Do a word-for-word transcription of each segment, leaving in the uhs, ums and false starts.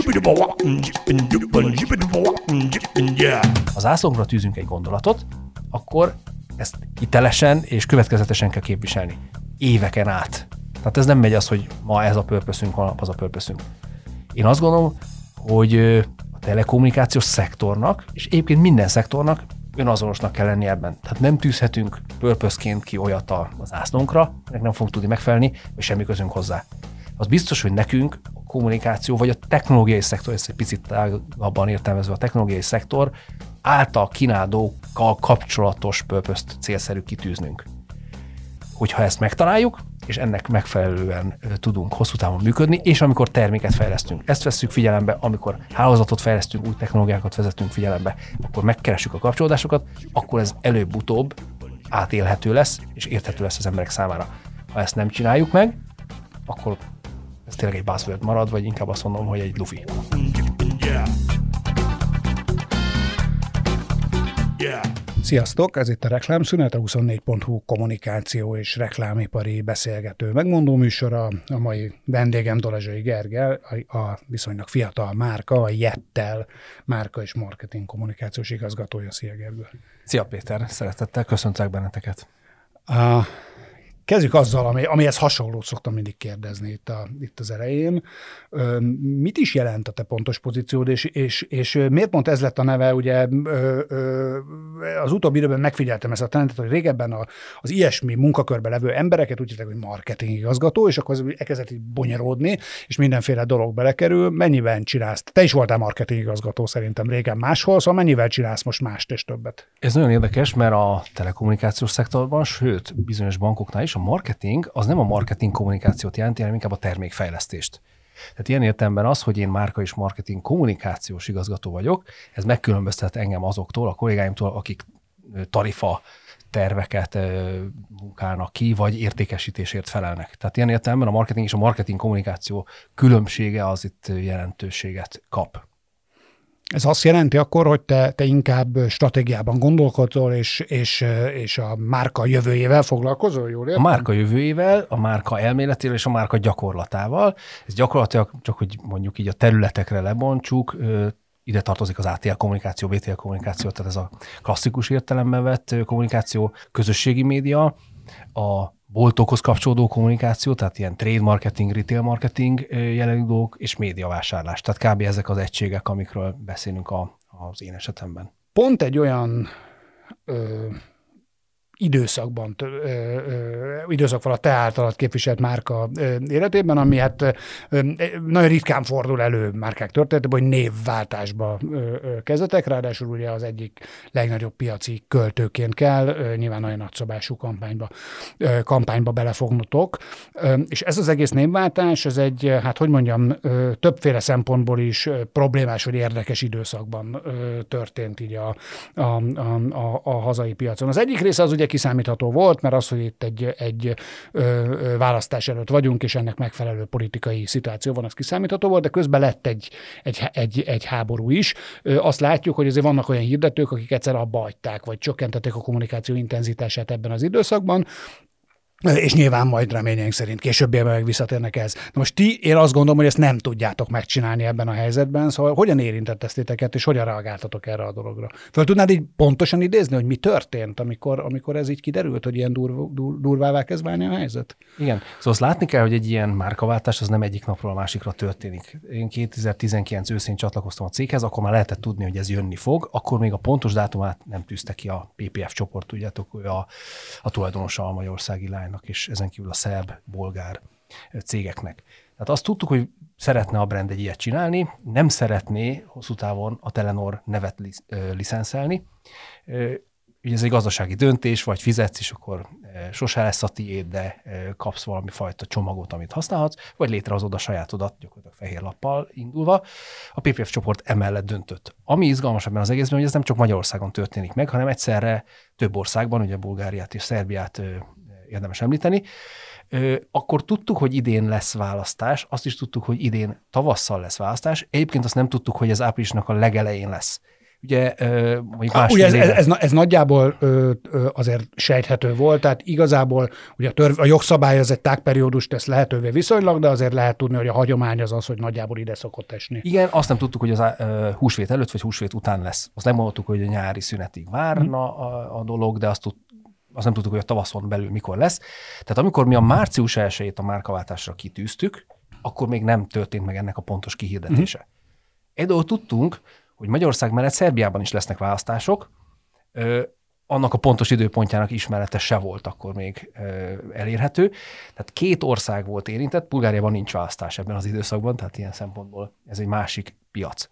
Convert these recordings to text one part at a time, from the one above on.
Ha zászlónkra tűzünk egy gondolatot, akkor ezt hitelesen és következetesen kell képviselni. Éveken át. Tehát ez nem megy az, hogy ma ez a purpose-ünk, holnap az a purpose-ünk. Én azt gondolom, hogy a telekommunikációs szektornak, és egyébként minden szektornak önazonosnak kell lenni ebben. Tehát nem tűzhetünk purpose-ként ki olyat a zászlónkra, ennek nem fogunk tudni megfelelni, vagy semmi közünk hozzá. Az biztos, hogy nekünk a kommunikáció, vagy a technológiai szektor, ezt egy picit tágabban értelmezve a technológiai szektor által kínálókkal kapcsolatos purpose-t célszerű kitűznünk. Hogyha ezt megtaláljuk, és ennek megfelelően tudunk hosszú távon működni, és amikor terméket fejlesztünk, ezt vesszük figyelembe, amikor hálózatot fejlesztünk, új technológiákat vezetünk figyelembe, akkor megkeressük a kapcsolódásokat, akkor ez előbb-utóbb átélhető lesz, és érthető lesz az emberek számára. Ha ezt nem csináljuk meg, akkor ez tényleg egy buzzword marad, vagy inkább azt mondom, hogy egy lufi. Sziasztok, ez itt a Reklámszünet, a huszonnégy pont hu kommunikáció és reklámipari beszélgető megmondó műsora. A mai vendégem Dolezsai Gergely, a viszonylag fiatal márka, a Jettel márka és marketing kommunikációs igazgatója. Szia, Gergő! Szia, Péter! Szeretettel köszöntek benneteket! A Kezdjük azzal, ami, amihez hasonlót szoktam mindig kérdezni itt, a, itt az elején. Ö, mit is jelent a te pontos pozíciód, és, és, és miért pont ez lett a neve? Ugye ö, ö, az utóbbi időben megfigyeltem ezt a trendet, hogy régebben a, az ilyesmi munkakörben levő embereket úgy hívták, hogy marketing igazgató, és akkor az elkezdett így bonyorodni, és mindenféle dolog belekerül. Mennyivel csinálsz? Te is voltál marketing igazgató szerintem régen máshol, szóval mennyivel csinálsz most mást és többet? Ez nagyon érdekes, mert a telekommunikációs szektorban, sőt, bizonyos bankoknál is a marketing az nem a marketing kommunikációt jelenti, hanem inkább a termékfejlesztést. Tehát ilyen értelemben az, hogy én márka és marketing kommunikációs igazgató vagyok, ez megkülönböztet engem azoktól, a kollégáimtól, akik tarifa terveket munkálnak ki, vagy értékesítésért felelnek. Tehát ilyen értelemben a marketing és a marketing kommunikáció különbsége az itt jelentőséget kap. Ez azt jelenti akkor, hogy te, te inkább stratégiában gondolkodol, és, és, és a márka jövőjével foglalkozol, jól értem? A márka jövőjével, a márka elméletével és a márka gyakorlatával. Ez gyakorlatilag, csak hogy mondjuk így a területekre lebontsuk, ide tartozik az á té el kommunikáció, bé té el kommunikáció, tehát ez a klasszikus értelemben vett kommunikáció, közösségi média, a boltokhoz kapcsolódó kommunikáció, tehát ilyen trade marketing, retail marketing jellegű dolgok, és médiavásárlás. Tehát kb. Ezek az egységek, amikről beszélünk a, az én esetemben. Pont egy olyan ö, időszakban, ö, ö, időszak van a te általad képviselt márka ö, életében, ami hát ö, nagyon ritkán fordul elő márkák történetében, hogy névváltásba ö, ö, kezdetek, ráadásul ugye az egyik legnagyobb piaci költőként kell, ö, nyilván nagyon nagyszabású kampányba, ö, kampányba belefognotok, ö, és ez az egész névváltás, ez egy, hát hogy mondjam, ö, többféle szempontból is ö, problémás vagy érdekes időszakban ö, történt így a, a, a, a, a hazai piacon. Az egyik része az ugye kiszámítható volt, mert az, hogy itt egy, egy ö, ö, választás előtt vagyunk, és ennek megfelelő politikai szituáció van, az kiszámítható volt, de közben lett egy, egy, egy, egy háború is. Ö, azt látjuk, hogy azért vannak olyan hirdetők, akik egyszer abba hagyták, vagy csökkentették a kommunikáció intenzitását ebben az időszakban, és nyilván majd reményeink szerint későbbiekben meg visszatérnek ez. Na most ti, én azt gondolom, hogy ezt nem tudjátok megcsinálni ebben a helyzetben, szóval hogyan érintett ezt titeket, és hogyan reagáltatok erre a dologra? Föl tudnád így pontosan idézni, hogy mi történt, amikor, amikor ez így kiderült, hogy ilyen durv, dur, durvává kezd válni a helyzet? Igen, szóval azt látni kell, hogy egy ilyen márkaváltás az nem egyik napról a másikra történik. Én kétezer-tizenkilenc őszén csatlakoztam a céghez, akkor már lehetett tudni, hogy ez jönni fog, akkor még a pontos dátumát nem tűzte ki a pé pé ef csoport, tudjátok, a, a tulajdonosa a magyarországi lánynak, és ezen kívül a szerb, bolgár cégeknek. Tehát azt tudtuk, hogy szeretne a brand egy ilyet csinálni, nem szeretné hosszú távon a Telenor nevet licenszelni. Ugye ez egy gazdasági döntés, vagy fizetsz, és akkor sose lesz a tiéd, de kapsz valami fajta csomagot, amit használhatsz, vagy létrehozod a sajátodat, gyakorlatilag fehér lappal indulva. A pé pé ef csoport emellett döntött. Ami izgalmas ebben az egészben, hogy ez nem csak Magyarországon történik meg, hanem egyszerre több országban, ugye Bulgáriát és Szerbiát érdemes említeni. Akkor tudtuk, hogy idén lesz választás, azt is tudtuk, hogy idén tavasszal lesz választás. Egyébként azt nem tudtuk, hogy ez áprilisnak a legelején lesz. Ugye mondjuk Há, ugye ez, ez, ez, ez nagyjából ö, ö, azért sejthető volt, tehát igazából ugye a, törv, a jogszabály az egy tágperiódust tesz lehetővé viszonylag, de azért lehet tudni, hogy a hagyomány az az, hogy nagyjából ide szokott esni. Igen, azt nem tudtuk, hogy az uh, húsvét előtt vagy húsvét után lesz. Azt nem mondtuk, hogy a nyári szünetig várna hmm. a, a dolog, de azt, tud, azt nem tudtuk, hogy a tavaszon belül mikor lesz. Tehát amikor mi a március elsejét a márkaváltásra kitűztük, akkor még nem történt meg ennek a pontos kihirdetése. Hmm. Egy dolgot tudtunk, hogy Magyarország mellett Szerbiában is lesznek választások, ö, annak a pontos időpontjának ismerete se volt akkor még ö, elérhető. Tehát két ország volt érintett, Bulgáriában nincs választás ebben az időszakban, tehát ilyen szempontból ez egy másik piac.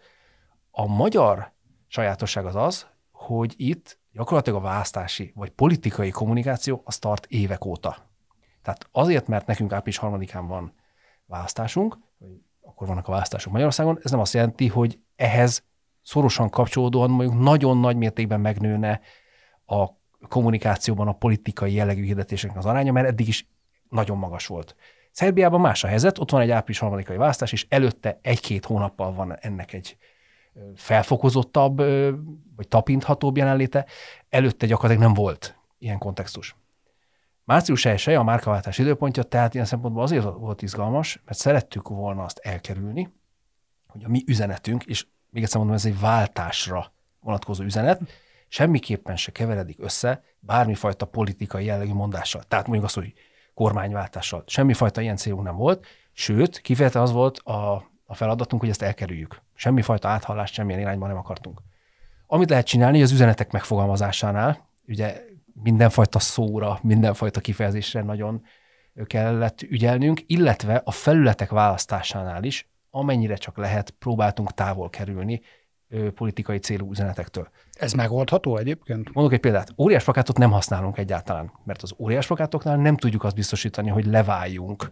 A magyar sajátosság az az, hogy itt gyakorlatilag a választási vagy politikai kommunikáció az tart évek óta. Tehát azért, mert nekünk április harmadikán van választásunk, akkor vannak a választások Magyarországon, ez nem azt jelenti, hogy ehhez szorosan kapcsolódóan mondjuk nagyon nagy mértékben megnőne a kommunikációban a politikai jellegű hirdetéseknek az aránya, mert eddig is nagyon magas volt. Szerbiában más a helyzet, ott van egy április harmadikai választás, és előtte egy-két hónappal van ennek egy felfokozottabb, vagy tapinthatóbb jelenléte, előtte gyakorlatilag nem volt ilyen kontextus. Március elseje a márkaváltás időpontja, tehát ilyen szempontból azért volt izgalmas, mert szerettük volna azt elkerülni, hogy a mi üzenetünk, és még egyszer mondom, ez egy váltásra vonatkozó üzenet, semmiképpen se keveredik össze bármifajta politikai jellegű mondással. Tehát mondjuk azt, hogy kormányváltással. Semmifajta ilyen célunk nem volt, sőt, kifejezetten az volt a, a feladatunk, hogy ezt elkerüljük. Semmifajta áthallást semmilyen irányban nem akartunk. Amit lehet csinálni, hogy az üzenetek megfogalmazásánál, ugye mindenfajta szóra, mindenfajta kifejezésre nagyon kellett ügyelnünk, illetve a felületek választásánál is, amennyire csak lehet, próbáltunk távol kerülni ö, politikai célú üzenetektől. Ez megoldható egyébként? Mondok egy példát. Óriás plakátot nem használunk egyáltalán, mert az óriás plakátoknál nem tudjuk azt biztosítani, hogy leváljunk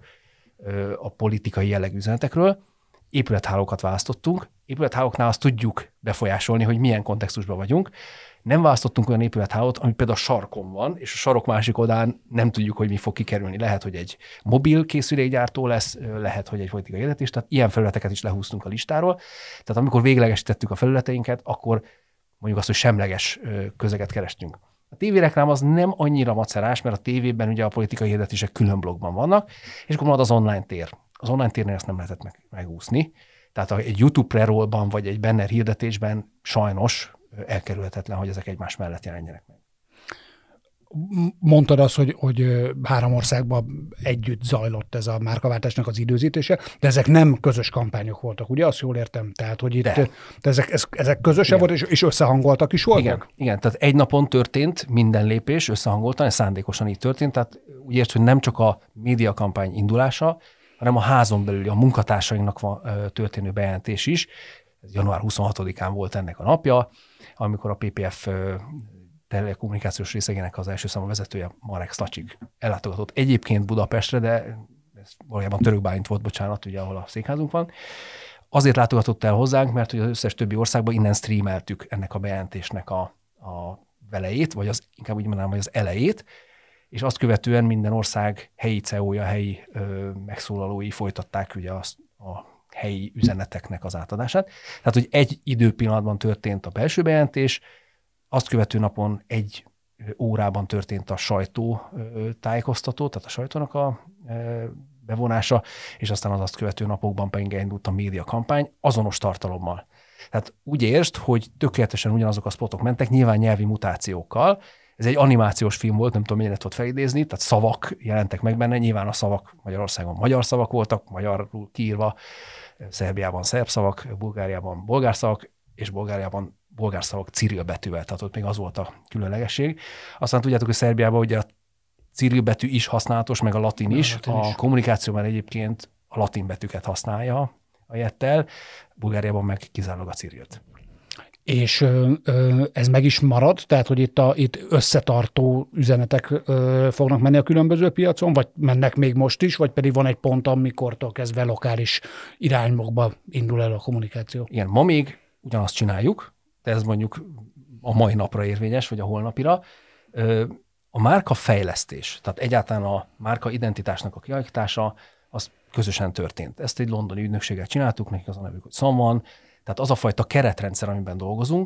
ö, a politikai jellegű üzenetekről. Épülethálókat választottunk. Épülethálóknál azt tudjuk befolyásolni, hogy milyen kontextusban vagyunk. Nem választottunk olyan épülethálót, ami például a sarkon van, és a sarok másik oldalán nem tudjuk, hogy mi fog kikerülni. Lehet, hogy egy mobil készülékgyártó lesz, lehet, hogy egy politikai hirdetés, tehát ilyen felületeket is lehúztunk a listáról. Tehát amikor véglegesítettük a felületeinket, akkor mondjuk azt, hogy semleges közeget kerestünk. A tévéreklám az nem annyira macerás, mert a tévében ugye a politikai hirdetések külön blogban vannak, és akkor marad az online tér. Az online térnél ezt nem lehetett meg, megúszni. Tehát egy YouTube pre-rollban vagy egy banner hirdetésben sajnos elkerülhetetlen, hogy ezek egymás mellett jelenjenek meg. Mondtad azt, hogy, hogy három országban együtt zajlott ez a márkaváltásnak az időzítése, de ezek nem közös kampányok voltak, ugye? Azt jól értem. Tehát, hogy itt de. ezek, ezek közösen volt, és, és összehangoltak is voltak? Igen, igen, tehát egy napon történt minden lépés összehangoltan, ez szándékosan így történt, tehát úgy ért, hogy nem csak a médiakampány indulása, hanem a házon belüli, a munkatársainknak van, történő bejelentés is. Ez január huszonhatodikán volt ennek a napja, amikor a pé pé ef telekommunikációs részegének az első számú vezetője, Marek Szlacsig ellátogatott egyébként Budapestre, de ez valójában Törökbálint volt, bocsánat, ugye, ahol a székházunk van. Azért látogatott el hozzánk, mert hogy az összes többi országban innen streameltük ennek a bejelentésnek a, a velejét, vagy az, inkább úgy mondanám, hogy az elejét, és azt követően minden ország helyi cé e ó-ja, helyi ö, megszólalói folytatták ugye azt a helyi üzeneteknek az átadását. Tehát, hogy egy időpillanatban történt a belső bejelentés, azt követő napon egy órában történt a sajtó tájékoztató, tehát a sajtónak a bevonása, és aztán az azt követő napokban pedig elindult a médiakampány azonos tartalommal. Tehát úgy értsd, hogy tökéletesen ugyanazok a spotok mentek, nyilván nyelvi mutációkkal. Ez egy animációs film volt, nem tudom, mennyire tudod felidézni, tehát szavak jelentek meg benne, nyilván a szavak Magyarországon magyar szavak voltak, magyarul kiírva, Szerbiában szerb szavak, Bulgáriában bolgár szavak, és Bulgáriában bolgár szavak ciril betűvel, tehát ott még az volt a különlegesség. Aztán tudjátok, hogy Szerbiában ugye a ciril betű is használatos, meg a latin is. A, latin is. A kommunikációban egyébként a latin betűket használja a jettel, Bulgáriában meg kizárólag a cirilt. És ö, ö, ez meg is marad? Tehát, hogy itt, a, itt összetartó üzenetek ö, fognak menni a különböző piacon, vagy mennek még most is, vagy pedig van egy pont, amikortól kezdve lokális irányokba indul el a kommunikáció? Igen, ma még ugyanazt csináljuk, de ez mondjuk a mai napra érvényes, vagy a holnapira. A márka fejlesztés, tehát egyáltalán a márka identitásnak a kialakítása, az közösen történt. Ezt egy londoni ügynökséggel csináltuk, nekik az a nevük, hogy Someone, tehát az a fajta keretrendszer, amiben dolgozunk,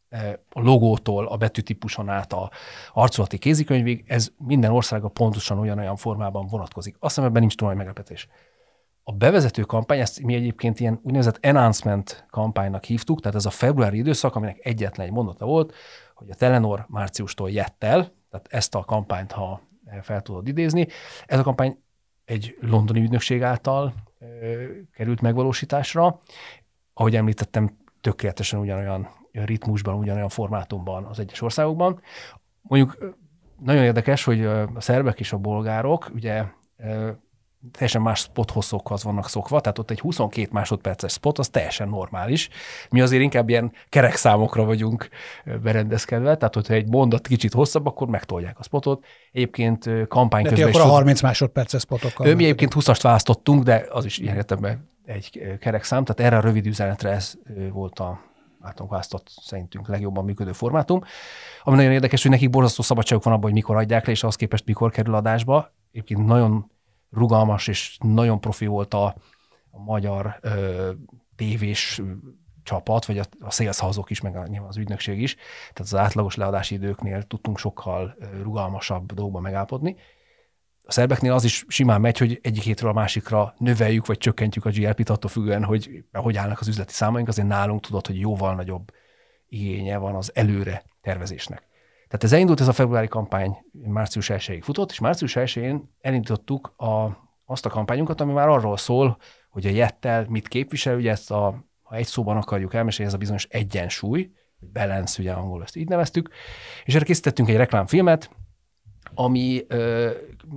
a logótól, a betűtípuson át a arculati kézikönyvig, ez minden országra pontosan olyan-olyan formában vonatkozik. Azt hiszem, ebben nincs túl nagy meglepetés. A bevezető kampány, ezt mi egyébként ilyen úgynevezett announcement kampánynak hívtuk, tehát ez a februári időszak, aminek egyetlen egy mondata volt, hogy a Telenor márciustól jött el, tehát ezt a kampányt, ha fel tudod idézni. Ez a kampány egy londoni ügynökség által ö, került megvalósításra. Ahogy említettem, tökéletesen ugyanolyan ritmusban, ugyanolyan formátumban az egyes országokban. Mondjuk nagyon érdekes, hogy a szerbek és a bolgárok ugye teljesen más spot hosszokhoz vannak szokva, tehát ott egy huszonkét másodperces spot, az teljesen normális. Mi azért inkább ilyen kerekszámokra vagyunk berendezkedve, tehát hogyha egy mondat kicsit hosszabb, akkor megtolják a spotot. Egyébként kampány de közben... De akkor a harminc másodperces spotokkal. Mi egyébként húszast választottunk, de az is ilyen értelemben egy kerekszám, tehát erre a rövid üzenetre ez volt a általunk választott szerintünk legjobban működő formátum. Ami nagyon érdekes, hogy nekik borzasztó szabadságuk van abban, hogy mikor adják le, és ahhoz képest mikor kerül adásba. Egyébként nagyon rugalmas és nagyon profi volt a, a magyar ö, tévés csapat, vagy a, a sales house-ok is, meg a, nyilván az ügynökség is. Tehát az átlagos leadási időknél tudtunk sokkal ö, rugalmasabb dolgokban megállapodni. A szerbeknél az is simán megy, hogy egyik hétről a másikra növeljük, vagy csökkentjük a gé er pét attól függően, hogy hogy állnak az üzleti számaink, azért nálunk tudod, hogy jóval nagyobb igénye van az előre tervezésnek. Tehát ez elindult, ez a februári kampány március elsejéig futott, és március elsején elindítottuk a, azt a kampányunkat, ami már arról szól, hogy a jettel mit képvisel, ugye ezt a, ha egy szóban akarjuk elmesélni, ez a bizonyos egyensúly, vagy balance, ugye angolul ezt így neveztük, és erre készítettünk egy reklámfilmet, ami... Ö,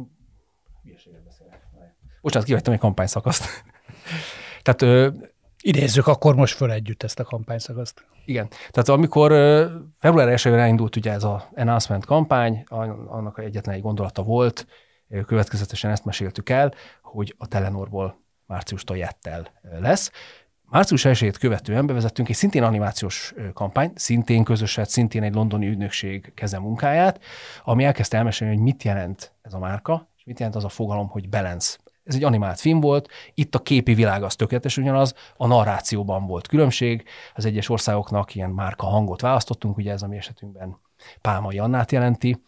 Bocsánat, kivettem egy kampányszakaszt. Tehát... Ö, idézzük akkor most föl együtt ezt a kampányszakaszt. Igen. Tehát amikor ö, február elsején elindult ugye ez az announcement kampány, annak egyetlen egy gondolata volt, következetesen ezt meséltük el, hogy a Telenorból márciustól jettel lesz. Március elsejét követően bevezettünk egy szintén animációs kampányt, szintén közöset, szintén egy londoni ügynökség kezemunkáját, ami elkezdte elmesélni, hogy mit jelent ez a márka, és mit jelent az a fogalom, hogy balance. Ez egy animált film volt, itt a képi világ az tökéletes ugyanaz, a narrációban volt különbség, az egyes országoknak ilyen márka hangot választottunk, ugye ez a mi esetünkben Pálmai Annát jelenti,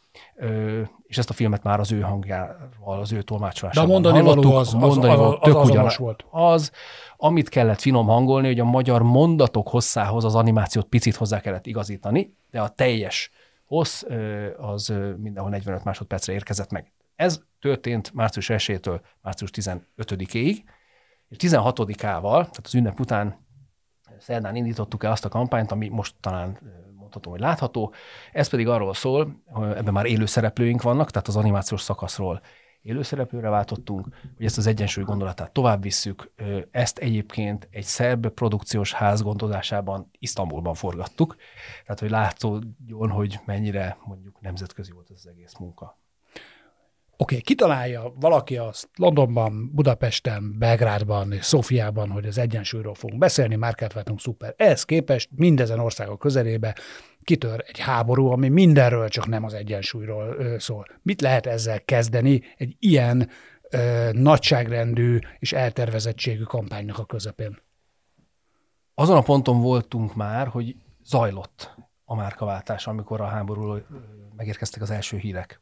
és ezt a filmet már az ő hangjával, az ő tolmácsolásával de a mondani hallottuk. való az, a mondani az, való az, tök az ugyanaz volt. Az, amit kellett finom hangolni, hogy a magyar mondatok hosszához az animációt picit hozzá kellett igazítani, de a teljes hossz az mindenhol negyvenöt másodpercre érkezett meg. Ez történt március elsejétől március tizenötödikéig, és tizenhatodikával, tehát az ünnep után szerdán indítottuk el azt a kampányt, ami most talán mondhatom, hogy látható. Ez pedig arról szól, hogy ebben már élő szereplőink vannak, tehát az animációs szakaszról élő szereplőre váltottunk, hogy ezt az egyensúly gondolatát tovább visszük. Ezt egyébként egy szerb produkciós ház gondozásában Isztambulban forgattuk, tehát hogy látszódjon, hogy mennyire mondjuk nemzetközi volt ez az egész munka. Oké, okay, kitalálja valaki azt Londonban, Budapesten, Belgrádban és Szófiában, hogy az egyensúlyról fogunk beszélni, márkát váltunk, szuper. Ehhez képest mindezen országok közelébe kitör egy háború, ami mindenről, csak nem az egyensúlyról ö, szól. Mit lehet ezzel kezdeni egy ilyen ö, nagyságrendű és eltervezettségű kampánynak a közepén? Azon a ponton voltunk már, hogy zajlott a márkaváltás, amikor a háborúról megérkeztek az első hírek.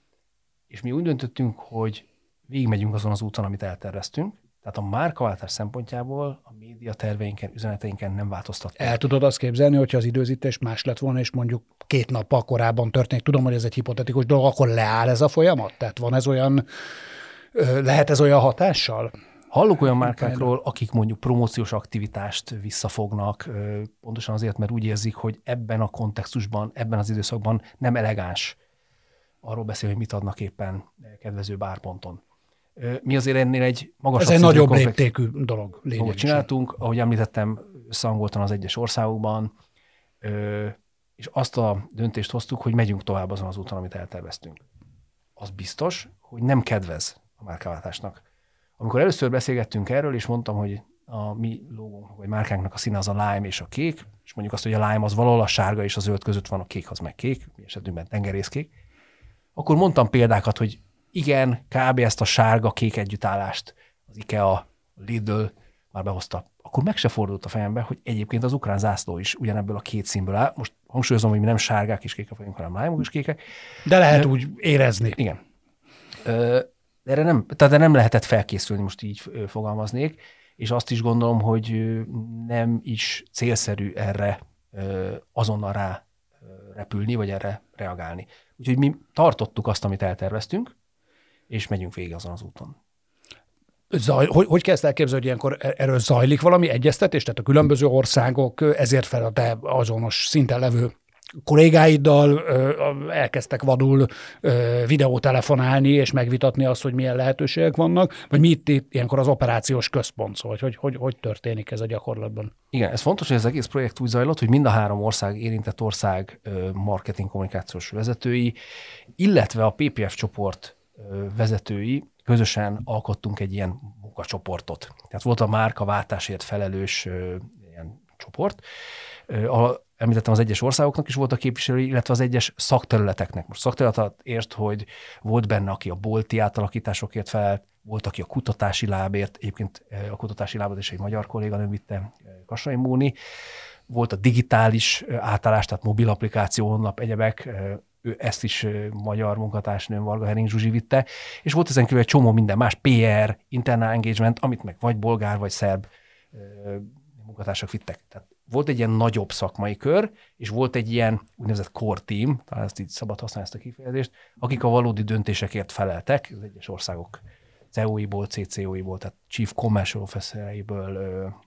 És mi úgy döntöttünk, hogy végigmegyünk azon az úton, amit elterveztünk, tehát a márkaváltás szempontjából a média terveinken, üzeneteinken nem változtattunk. El tudod azt képzelni, hogyha az időzítés más lett volna, és mondjuk két nappal korábban történik, tudom, hogy ez egy hipotetikus dolog, akkor leáll ez a folyamat? Tehát van ez olyan, lehet ez olyan hatással? Hallok olyan márkákról, akik mondjuk promóciós aktivitást visszafognak, pontosan azért, mert úgy érzik, hogy ebben a kontextusban, ebben az időszakban nem elegáns arról beszél, hogy mit adnak éppen kedvező bárponton. Mi azért ennél egy magasabb... Ez egy nagyobb léptékű dolog. Ahogy csináltunk, ahogy említettem, összehangoltan az egyes országokban, és azt a döntést hoztuk, hogy megyünk tovább azon az úton, amit elterveztünk. Az biztos, hogy nem kedvez a márkaváltásnak. Amikor először beszélgettünk erről, és mondtam, hogy a mi logónknak, vagy márkánknak a színe az a lime és a kék, és mondjuk azt, hogy a lime az valahol a sárga és a zöld között van, a kék az meg kék, mi esetünkben tengerészkék, akkor mondtam példákat, hogy igen, kb. Ezt a sárga-kék együttállást az IKEA, a Lidl, már behozta, akkor meg se fordult a fejembe, hogy egyébként az ukrán zászló is ugyanebből a két színből áll. Most hangsúlyozom, hogy mi nem sárgák és kékek vagyunk, hanem lájmok és kékek. De lehet de, úgy érezni. Igen. De erre nem, tehát nem lehetett felkészülni, most így fogalmaznék, és azt is gondolom, hogy nem is célszerű erre azonnal rá repülni, vagy erre reagálni. Úgyhogy mi tartottuk azt, amit elterveztünk, és megyünk végig azon az úton. Zaj, hogy, hogy kezd elképzelni, hogy ilyenkor erről zajlik valami egyeztetés? Tehát a különböző országok ezért fel a te azonos szinten levő kollégáiddal elkezdtek vadul videótelefonálni és megvitatni azt, hogy milyen lehetőségek vannak, vagy mi itt, itt ilyenkor az operációs központ szól, hogy hogy, hogy hogy történik ez a gyakorlatban? Igen, ez fontos, hogy az egész projekt úgy zajlott, hogy mind a három ország, érintett ország marketing kommunikációs vezetői, illetve a pé pé ef csoport vezetői közösen alkottunk egy ilyen munkacsoportot. Tehát volt a márkaváltásért felelős ilyen csoport, ahol említettem, az egyes országoknak is voltak képviselői, illetve az egyes szakterületeknek. Most szakterületet ért, hogy volt benne, aki a bolti átalakításokért felelt, volt, aki a kutatási lábért, egyébként a kutatási lábot is egy magyar kolléganő vitte, Kassai Móni, volt a digitális átállás, tehát mobil applikáció, honlap, egyebek, ő ezt is magyar munkatársnőm Varga Herring Zsuzsi vitte, és volt ezen kívül egy csomó minden más, pé er, internal engagement, amit meg vagy bolgár, vagy szerb munkatársak vittek. Tehát volt egy ilyen nagyobb szakmai kör, és volt egy ilyen úgynevezett core team, talán ezt így szabad használni ezt a kifejezést, akik a valódi döntésekért feleltek, az egyes országok cé e o-iból, cé cé o-iból, tehát Chief Commercial Officer-eiből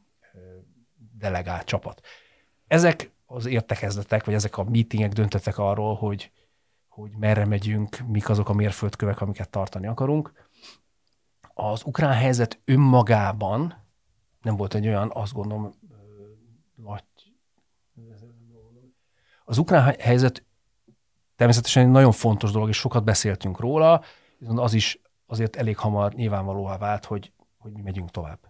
delegált csapat. Ezek az értekezletek, vagy ezek a meetingek döntöttek arról, hogy, hogy merre megyünk, mik azok a mérföldkövek, amiket tartani akarunk. Az ukrán helyzet önmagában nem volt egy olyan, azt gondolom, nagy... Az ukrán helyzet természetesen egy nagyon fontos dolog, és sokat beszéltünk róla, viszont az is azért elég hamar nyilvánvalóvá vált, hogy, hogy mi megyünk tovább.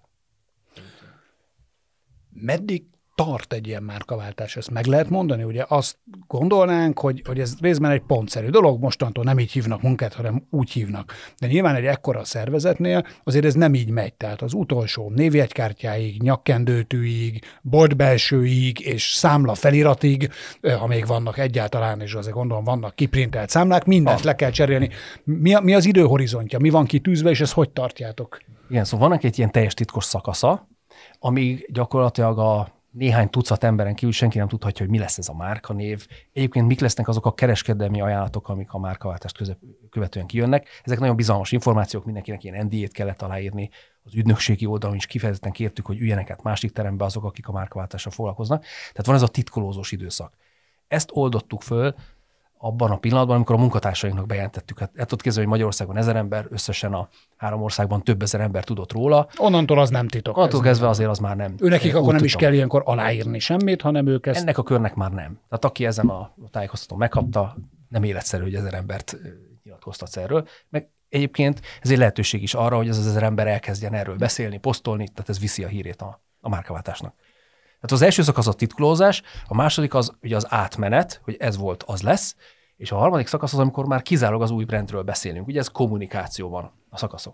Meddig tart egy ilyen márkaváltás? Ezt meg lehet mondani? Ugye azt gondolnánk, hogy, hogy ez részben egy pontszerű dolog, mostantól nem így hívnak munkát, hanem úgy hívnak. De nyilván egy ekkora szervezetnél azért ez nem így megy. Tehát az utolsó névjegykártyáig, nyakkendőtűig, boltbelsőig és számla feliratig, ha még vannak egyáltalán, és azért gondolom vannak kiprintelt számlák, mindent ah. le kell cserélni. Mi, mi az időhorizontja? Mi van kitűzve, és ezt hogy tartjátok? Igen, szóval vannak egy ilyen teljes titkos szakasza, amíg gyakorlatilag a néhány tucat emberen kívül senki nem tudhatja, hogy mi lesz ez a márkanév. Egyébként mik lesznek azok a kereskedelmi ajánlatok, amik a márkaváltást közep, követően kijönnek. Ezek nagyon bizalmas információk, mindenkinek ilyen en dé ét kellett aláírni. Az ügynökségi oldalon is kifejezetten kértük, hogy üljenek át másik terembe azok, akik a márkaváltással foglalkoznak. Tehát van ez a titkolózós időszak. Ezt oldottuk föl abban a pillanatban, amikor a munkatársainknak bejelentettük. Hát el tudod képzelni, hogy Magyarországon ezer ember, összesen a három országban több ezer ember tudott róla. Onnantól az nem titok. Onnantól kezdve azért az már nem. Őnekik akkor nem is kell ilyenkor aláírni semmit, hanem ők ezt... Ennek a körnek már nem. Tehát aki ezen a tájékoztatón megkapta, nem életszerű, hogy ezer embert nyilatkoztatsz erről. Meg egyébként ez egy lehetőség is arra, hogy az az ezer ember elkezdjen erről beszélni, posztolni, tehát ez viszi a hírét a, a márkaváltásnak. Tehát az első szakasz a titkolózás, a második az ugye az átmenet, hogy ez volt, az lesz, és a harmadik szakasz az, amikor már kizárólag az új brandről beszélünk. Ugye ez kommunikációban a szakaszok.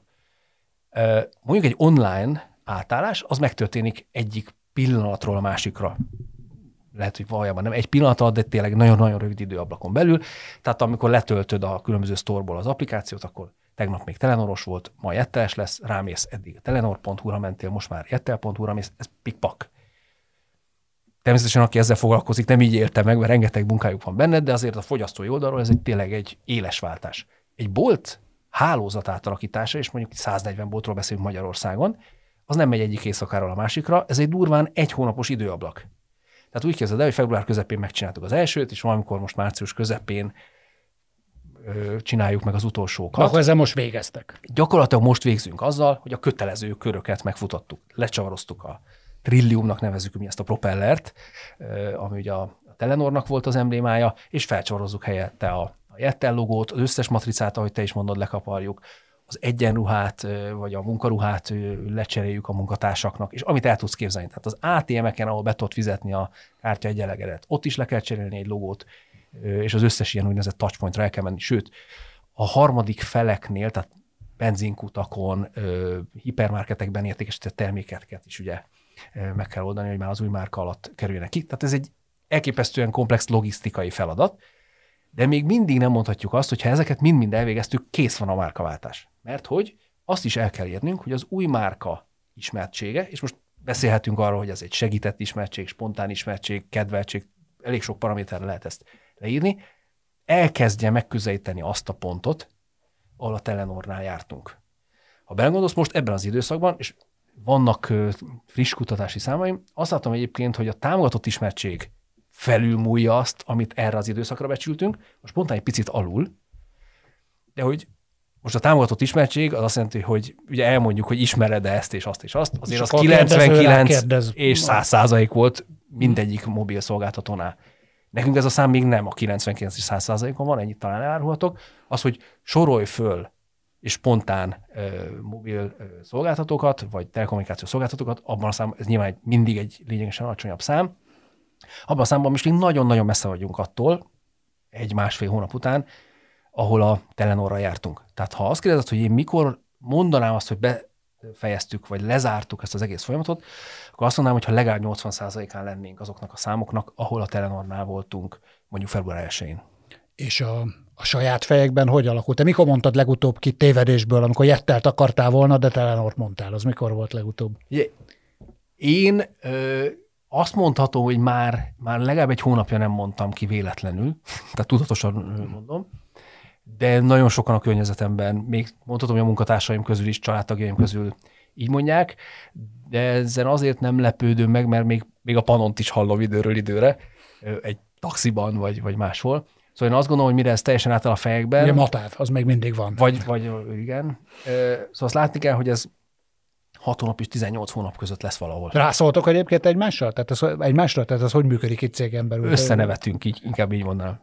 Mondjuk egy online átállás, az megtörténik egyik pillanatról a másikra. Lehet, hogy valójában nem egy pillanat alatt, de tényleg nagyon-nagyon rövid időablakon belül. Tehát amikor letöltöd a különböző sztorból az applikációt, akkor tegnap még Telenoros volt, ma Jetteles lesz, rámész eddig a telenor pont hu-ra mentél, most már jettel pont hu-ra mész, ez pikpak. Természetesen, aki ezzel foglalkozik, nem így élte meg, mert rengeteg munkájuk van benned, de azért a fogyasztói oldalról ez egy tényleg egy éles váltás. Egy bolt hálózat átalakítása, és mondjuk száznegyven boltról beszélünk Magyarországon, az nem megy egyik éjszakáról a másikra, ez egy durván egy hónapos időablak. Tehát úgy képzeld el, hogy február közepén megcsináltuk az elsőt, és valamikor most március közepén ö, csináljuk meg az utolsókat. Akkor ezzel most végeztek. Gyakorlatilag most végzünk azzal, hogy a kötelező köröket megfutattuk. Lecsavaroztuk a Trilliumnak nevezzük mi ezt a propellert, ami ugye a Telenornak volt az emblémája, és felcsavarozzuk helyette a, a Jettel logót, az összes matricát, ahogy te is mondod, lekaparjuk, az egyenruhát, vagy a munkaruhát lecseréljük a munkatársaknak, és amit el tudsz képzelni. Tehát az á té em-eken, ahol be tudod fizetni a kártya egyelegedet, ott is le kell cserélni egy logót, és az összes ilyen úgynevezett touchpointra el kell menni. Sőt, a harmadik feleknél, tehát benzinkutakon, hipermarketekben értékesített termékeket is ugye meg kell oldani, hogy már az új márka alatt kerüljenek ki. Tehát ez egy elképesztően komplex logisztikai feladat, de még mindig nem mondhatjuk azt, hogy ha ezeket mind-mind elvégeztük, kész van a márkaváltás. Mert hogy azt is el kell érnünk, hogy az új márka ismertsége, és most beszélhetünk arról, hogy ez egy segített ismertség, spontán ismertség, kedveltség, elég sok paraméterre lehet ezt leírni, elkezdje megközelíteni azt a pontot, ahol a Telenornál jártunk. Ha belegondolsz most ebben az időszakban, és vannak friss kutatási számaim, azt látom egyébként, hogy a támogatott ismertség felülmúlja azt, amit erre az időszakra becsültünk, most spontán egy picit alul, de hogy most a támogatott ismertség az azt jelenti, hogy ugye elmondjuk, hogy ismered-e ezt és azt és azt, azért az kilencvenkilenc és száz százalék volt mindegyik mobil szolgáltatónál. Nekünk ez a szám még nem a kilencvenkilenc és száz százalékon van, ennyit talán elárulhatok. Az, hogy sorolj föl és spontán ö, mobil ö, szolgáltatókat, vagy telekommunikációs szolgáltatókat, abban a számban, ez nyilván egy, mindig egy lényegesen alacsonyabb szám. Abban a számban most még nagyon-nagyon messze vagyunk attól, egy-másfél hónap után, ahol a Telenorra jártunk. Tehát ha azt kérdezed, hogy én mikor mondanám azt, hogy befejeztük, vagy lezártuk ezt az egész folyamatot, akkor azt mondanám, hogy ha legalább nyolcvan százalékán lennénk azoknak a számoknak, ahol a Telenornál voltunk mondjuk február elsején. És a, a saját fejekben hogy alakult? Te mikor mondtad legutóbb ki tévedésből, amikor Jettelt akartál volna, de Telenort mondtál? Az mikor volt legutóbb? Én ö, azt mondhatom, hogy már, már legalább egy hónapja nem mondtam ki véletlenül, tehát tudatosan mondom, de nagyon sokan a környezetemben, még mondhatom, hogy a munkatársaim közül is, családtagjaim közül így mondják, de ezen azért nem lepődöm meg, mert még, még a panont is hallom időről időre, egy taxiban vagy, vagy máshol. Szóval én azt gondolom, hogy mire ez teljesen átáll a fejekben. Ugye matáv, az még mindig van. Vagy, vagy igen. Szóval azt látni kell, hogy ez hat hónap és tizennyolc hónap között lesz valahol. Rászóltok egyébként egymással? Tehát ez, egymásra? Tehát ez hogy működik itt cégen belül? Összenevetünk, így, inkább így mondanám.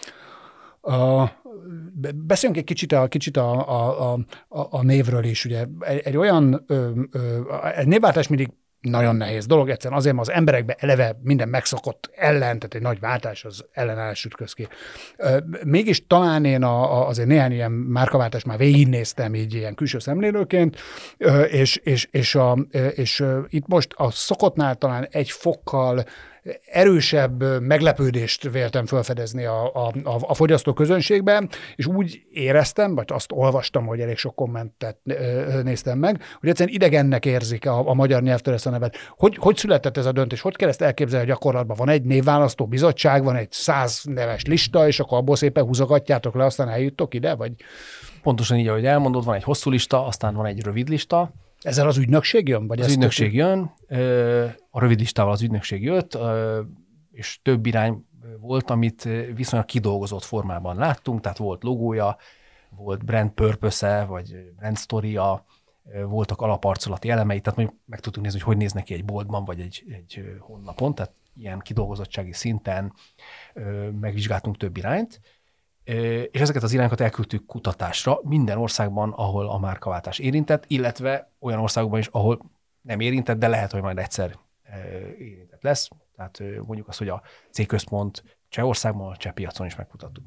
A, beszéljünk egy kicsit a, kicsit a, a, a, a névről is. Ugye. Egy, egy olyan ö, ö, egy névváltás mindig nagyon nehéz dolog, egyszerűen azért, mert az emberekben eleve minden megszokott ellen, tehát egy nagy váltás az ellenállás ütköz ki. Mégis talán én a, a, azért néhány ilyen márkaváltást már végignéztem így ilyen külső szemlélőként, és, és, és, a, és itt most a szokottnál talán egy fokkal erősebb meglepődést véltem felfedezni a, a, a fogyasztó közönségben, és úgy éreztem, vagy azt olvastam, hogy elég sok kommentet néztem meg, hogy egyszerűen idegennek érzik a, a magyar nyelvtől ezt a nevet. Hogy, hogy született ez a döntés? Hogy kell ezt elképzelni a gyakorlatban? Van egy névválasztó bizottság, van egy száz neves lista, és akkor abból szépen húzogatjátok le, aztán eljuttok ide? Vagy? Pontosan így, ahogy elmondod, van egy hosszú lista, aztán van egy rövid lista. Ezzel az ügynökség jön? Vagy az ügynökség jön, a rövid listával az ügynökség jött, és több irány volt, amit viszonylag kidolgozott formában láttunk, tehát volt logója, volt brand purpose-e, vagy brand story-a, voltak alaparcolati elemei, tehát mondjuk meg tudtuk nézni, hogy hogy néz neki egy boltban, vagy egy, egy honlapon, tehát ilyen kidolgozottsági szinten megvizsgáltunk több irányt, és ezeket az irányokat elküldtük kutatásra minden országban, ahol a márkaváltás érintett, illetve olyan országokban is, ahol nem érintett, de lehet, hogy majd egyszer érintett lesz. Tehát mondjuk azt, hogy a cégközpont Csehországban, a cseh piacon is megmutattuk.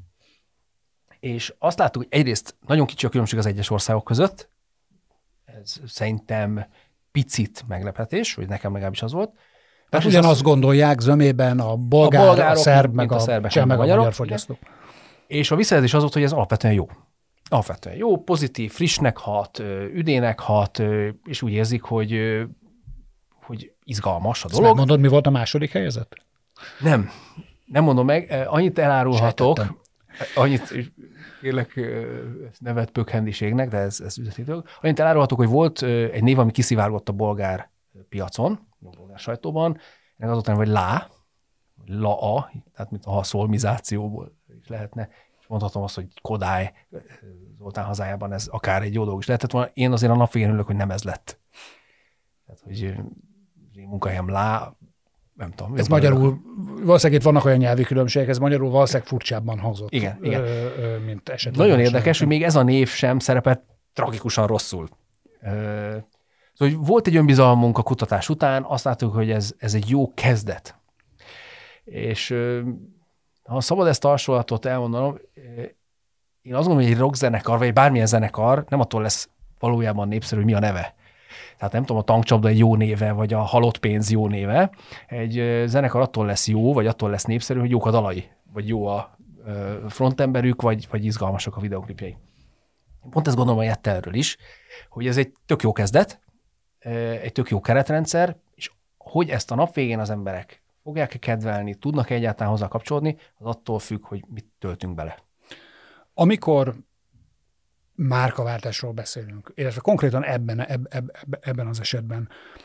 És azt láttuk, hogy egyrészt nagyon kicsi a különbség az egyes országok között, ez szerintem picit meglepetés, hogy nekem legalábbis az volt. Tehát ugyanazt az... gondolják zömében a bolgár, a, bolgárok, a szerb, meg a, a cseh, meg a magyar fogyasztók. És a visszajelzés az volt, hogy ez alapvetően jó. Alapvetően jó, pozitív, frissnek hat, üdének hat, és úgy érzik, hogy, hogy izgalmas a dolog. Ezt megmondod, mi volt a második helyzet? Nem, nem mondom meg. Annyit elárulhatok, Sejtettem. annyit, kérlek, nevet pökhendiségnek, de ez, ez üzleti dolog. Annyit elárulhatok, hogy volt egy név, ami kiszivárgott a bolgár piacon, a bolgár sajtóban, ennek azután, hogy Lá, La-a, tehát mint a szolmizációból is lehetne, és mondhatom azt, hogy Kodály Zoltán hazájában ez akár egy jó dolog is lehetett volna. Én azért a nap végén ülök, hogy nem ez lett. Tehát, hogy én munkahelyem Lá, nem tudom. Ez magyarul, valószínűleg itt vannak olyan nyelvi különbségek, ez magyarul valószínűleg furcsábban hangzott. Igen, igen. Ö, ö, mint esetleg. Nagyon érdekes, hogy még ez a név sem szerepelt tragikusan rosszul. Ö, szóval hogy volt egy önbizalmunk a kutatás után, azt láttuk, hogy ez, ez egy jó kezdet. És ha szabad ezt a hasonlatot elmondanom, én azt gondolom, hogy egy rockzenekar, vagy egy bármilyen zenekar nem attól lesz valójában népszerű, hogy mi a neve. Tehát nem tudom, a Tankcsapda egy jó néve, vagy a Halott pénz jó néve. Egy zenekar attól lesz jó, vagy attól lesz népszerű, hogy jók a dalai, vagy jó a frontemberük, vagy, vagy izgalmasak a videoklipjei. Pont ezt gondolom a Jettelről is, hogy ez egy tök jó kezdet, egy tök jó keretrendszer, és hogy ezt a nap végén az emberek fogják-e kedvelni, tudnak-e egyáltalán hozzá kapcsolódni, az attól függ, hogy mit töltünk bele. Amikor márkaváltásról beszélünk, illetve konkrétan ebben, eb, eb, ebben az esetben,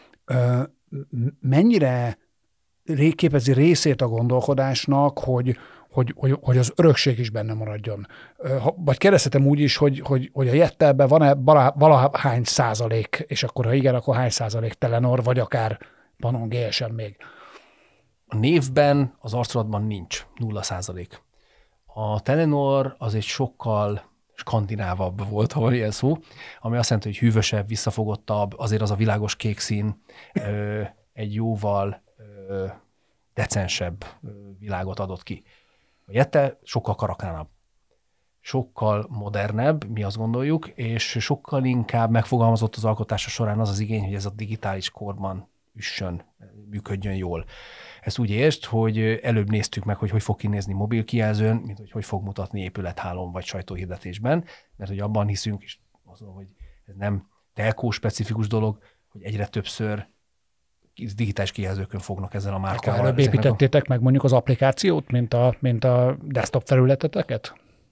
mennyire képezi részét a gondolkodásnak, hogy, hogy, hogy, hogy az örökség is benne maradjon? Vagy kérdezhetem úgy is, hogy, hogy, hogy a Jettelben van-e valahány százalék, és akkor ha igen, akkor hány százalék Telenor, vagy akár Panon gé es em még? A névben, az arculatban nincs, nulla százalék. A Telenor az egy sokkal skandinávabb volt, ha van ilyen szó, ami azt jelenti, hogy hűvösebb, visszafogottabb, azért az a világos kék szín ö, egy jóval ö, decensebb ö, világot adott ki. A Jettel sokkal karakteránabb, sokkal modernebb, mi azt gondoljuk, és sokkal inkább megfogalmazott az alkotása során az az igény, hogy ez a digitális korban üssön, működjön jól. Ezt úgy értsd, hogy előbb néztük meg, hogy hogy fog kinézni mobil kijelzőn, mint hogy hogy fog mutatni épülethálón vagy sajtóhirdetésben, mert hogy abban hiszünk, és azon, hogy ez nem telkó specifikus dolog, hogy egyre többször digitális kijelzőkön fognak ezzel a márkával. Akkor előbb építettétek a... meg mondjuk az applikációt, mint a, mint a desktop felületeteket?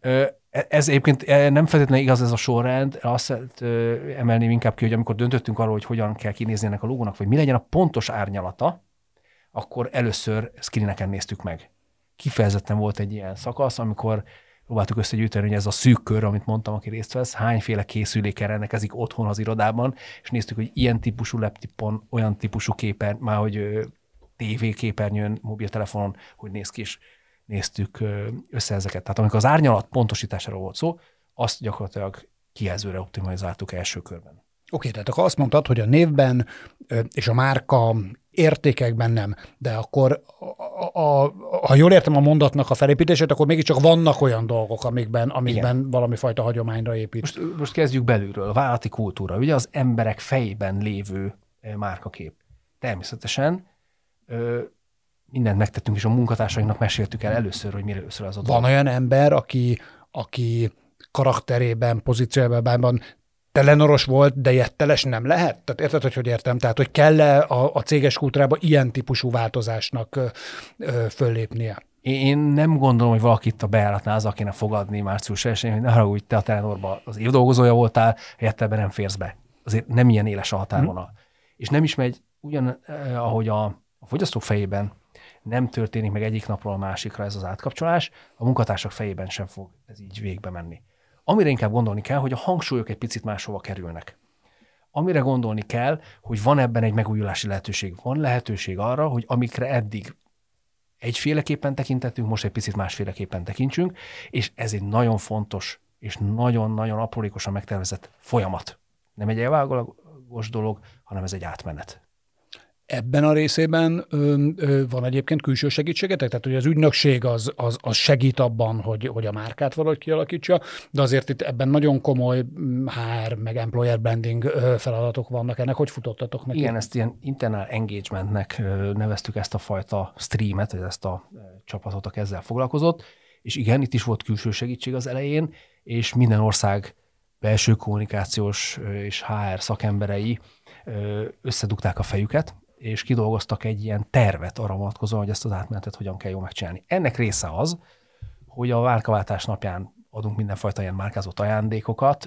Ez egyébként nem feltétlenül igaz ez a sorrend, azt emelném inkább ki, hogy amikor döntöttünk arról, hogy hogyan kell kinézni ennek a logónak, vagy mi legyen a pontos árnyalata, akkor először screeneken néztük meg. Kifejezetten volt egy ilyen szakasz, amikor próbáltuk összegyűjteni, hogy ez a szűk kör, amit mondtam, aki részt vesz, hányféle készülékkel rendelkezik otthon az irodában, és néztük, hogy ilyen típusú laptopon, olyan típusú képer, már hogy té vé képernyőn, mobiltelefonon, hogy néz ki, és néztük össze ezeket. Tehát amikor az árnyalat pontosításáról volt szó, azt gyakorlatilag kijelzőre optimalizáltuk első körben. Oké, tehát akkor azt mondtad, hogy a névben és a márka értékekben nem, de akkor a, a, ha jól értem a mondatnak a felépítését, akkor mégiscsak vannak olyan dolgok, amikben, amikben valami fajta hagyományra épít. Most, most kezdjük belülről. A vállalati kultúra, ugye az emberek fejében lévő márkakép. Természetesen ö, mindent megtettünk, és a munkatársainknak meséltük el először, hogy mire először az a dolog. Van olyan ember, aki, aki karakterében, pozíciójában telenoros volt, de jetteles nem lehet? Tehát érted, hogy hogy értem? Tehát, hogy kell-e a, a céges kultúrában ilyen típusú változásnak ö, ö, föllépnie? Én nem gondolom, hogy valakit a bejáratnál az, kéne fogadni március elsején, hogy ne haragudj, te a Telenorban az évdolgozója voltál, a Jettelben nem férsz be. Azért nem ilyen éles a határvonal. Hmm. És nem is megy ugyan, eh, ahogy a, a fogyasztók fejében nem történik meg egyik napról a másikra ez az átkapcsolás, a munkatársak fejében sem fog ez így végbe menni. Amire inkább gondolni kell, hogy a hangsúlyok egy picit máshova kerülnek. Amire gondolni kell, hogy van ebben egy megújulási lehetőség. Van lehetőség arra, hogy amikre eddig egyféleképpen tekintettünk, most egy picit másféleképpen tekintsünk, és ez egy nagyon fontos és nagyon-nagyon aprólékosan megtervezett folyamat. Nem egy elvágólagos dolog, hanem ez egy átmenet. Ebben a részében ö, ö, van egyébként külső segítségetek? Tehát, hogy az ügynökség az, az, az segít abban, hogy, hogy a márkát valahogy kialakítsa, de azért itt ebben nagyon komoly há er, meg employer branding feladatok vannak. Ennek hogy futottatok neki? Igen, ezt ilyen internal engagementnek neveztük ezt a fajta streamet, vagy ezt a csapatot, aki ezzel foglalkozott, és igen, itt is volt külső segítség az elején, és minden ország belső kommunikációs és há er szakemberei összedugták a fejüket, és kidolgoztak egy ilyen tervet arra vonatkozóan, hogy ezt az átmenetet hogyan kell jól megcsinálni. Ennek része az, hogy a márkaváltás napján adunk mindenfajta ilyen márkázott ajándékokat.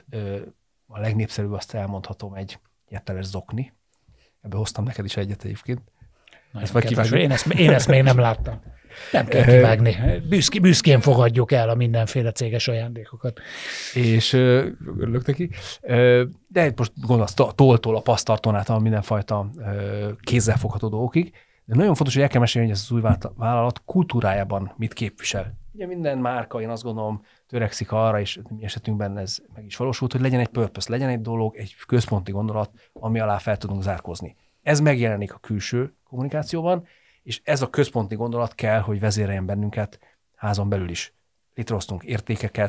A legnépszerűbb, azt elmondhatom, egy jetteles zokni. Ebből hoztam neked is egyet egyébként. Ezt kedves, én, ezt, én ezt még nem láttam. Nem kell kivágni. Büszk, büszkén fogadjuk el a mindenféle céges ajándékokat. És örülök neki. De most gondolsz, tolltól a pasztarton át a mindenfajta kézzelfogható dolgokig. De nagyon fontos, hogy el kell mesélni, hogy ez az új vállalat kultúrájában mit képvisel. Ugye minden márka, én azt gondolom, törekszik arra, és mi esetünkben ez meg is valósult, hogy legyen egy purpose, legyen egy dolog, egy központi gondolat, ami alá fel tudunk zárkózni. Ez megjelenik a külső kommunikációban, és ez a központi gondolat kell, hogy vezéreljen bennünket házon belül is. Létrehoztunk értékeket,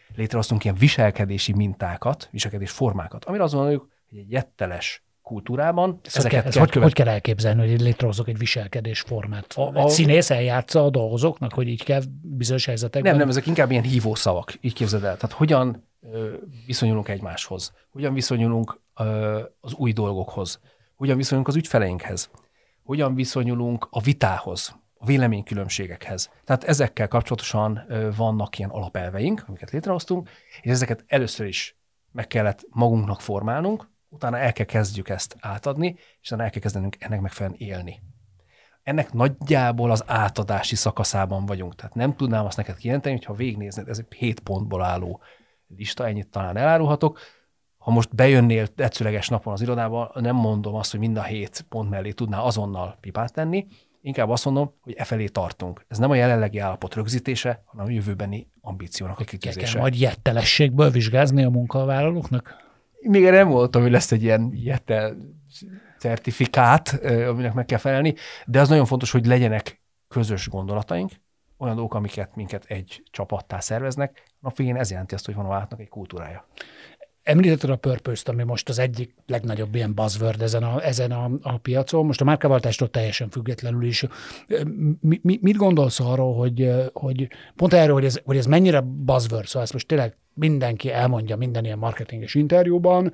létrehoztunk ilyen viselkedési mintákat, viselkedés formákat, amire azt gondoljuk, hogy egy jetteles kultúrában ezt ezeket kell, kell hogy, követ... hogy kell elképzelni, hogy létrehozok egy viselkedésformát? A, a... Egy színész eljátsza a dolgozóknak, hogy így kell bizonyos helyzetekben? Nem, nem, ezek inkább ilyen hívószavak, így képzeld el. Tehát hogyan ö, viszonyulunk egymáshoz, hogyan viszonyulunk ö, az új dolgokhoz, hogyan viszonyulunk az ügyfeleinkhez, hogyan viszonyulunk a vitához, a véleménykülönbségekhez. Tehát ezekkel kapcsolatosan ö, vannak ilyen alapelveink, amiket létrehoztunk, és ezeket először is meg kellett magunknak formálnunk, utána el kell kezdjük ezt átadni, és utána el kell kezdenünk ennek megfelelően élni. Ennek nagyjából az átadási szakaszában vagyunk. Tehát nem tudnám azt neked kijelenteni, hogyha végignéznéd, ez egy hét pontból álló lista, ennyit talán elárulhatok. Ha most bejönnél tetszőleges napon az irodába, nem mondom azt, hogy mind a hét pont mellé tudná azonnal pipát tenni, inkább azt mondom, hogy e felé tartunk. Ez nem a jelenlegi állapot rögzítése, hanem a jövőbeni ambíciónak a kitűzése. Kell majd jettelességből vizsgázni a munkavállalóknak? Még erre nem voltam, hogy lesz egy ilyen jettel certifikát, aminek meg kell felelni, de az nagyon fontos, hogy legyenek közös gondolataink, olyan dolgok, amiket minket egy csapattá szerveznek. Nap végén ez jelenti azt, hogy van a vállalatnak egy kultúrája. Említetted a Purpose-t, ami most az egyik legnagyobb ilyen buzzword ezen a, ezen a, a piacon. Most a márkaváltástól teljesen függetlenül is. Mi, mi, mit gondolsz arról, hogy, hogy pont erről, hogy ez, hogy ez mennyire buzzword, szóval ezt most tényleg mindenki elmondja minden ilyen marketinges interjúban,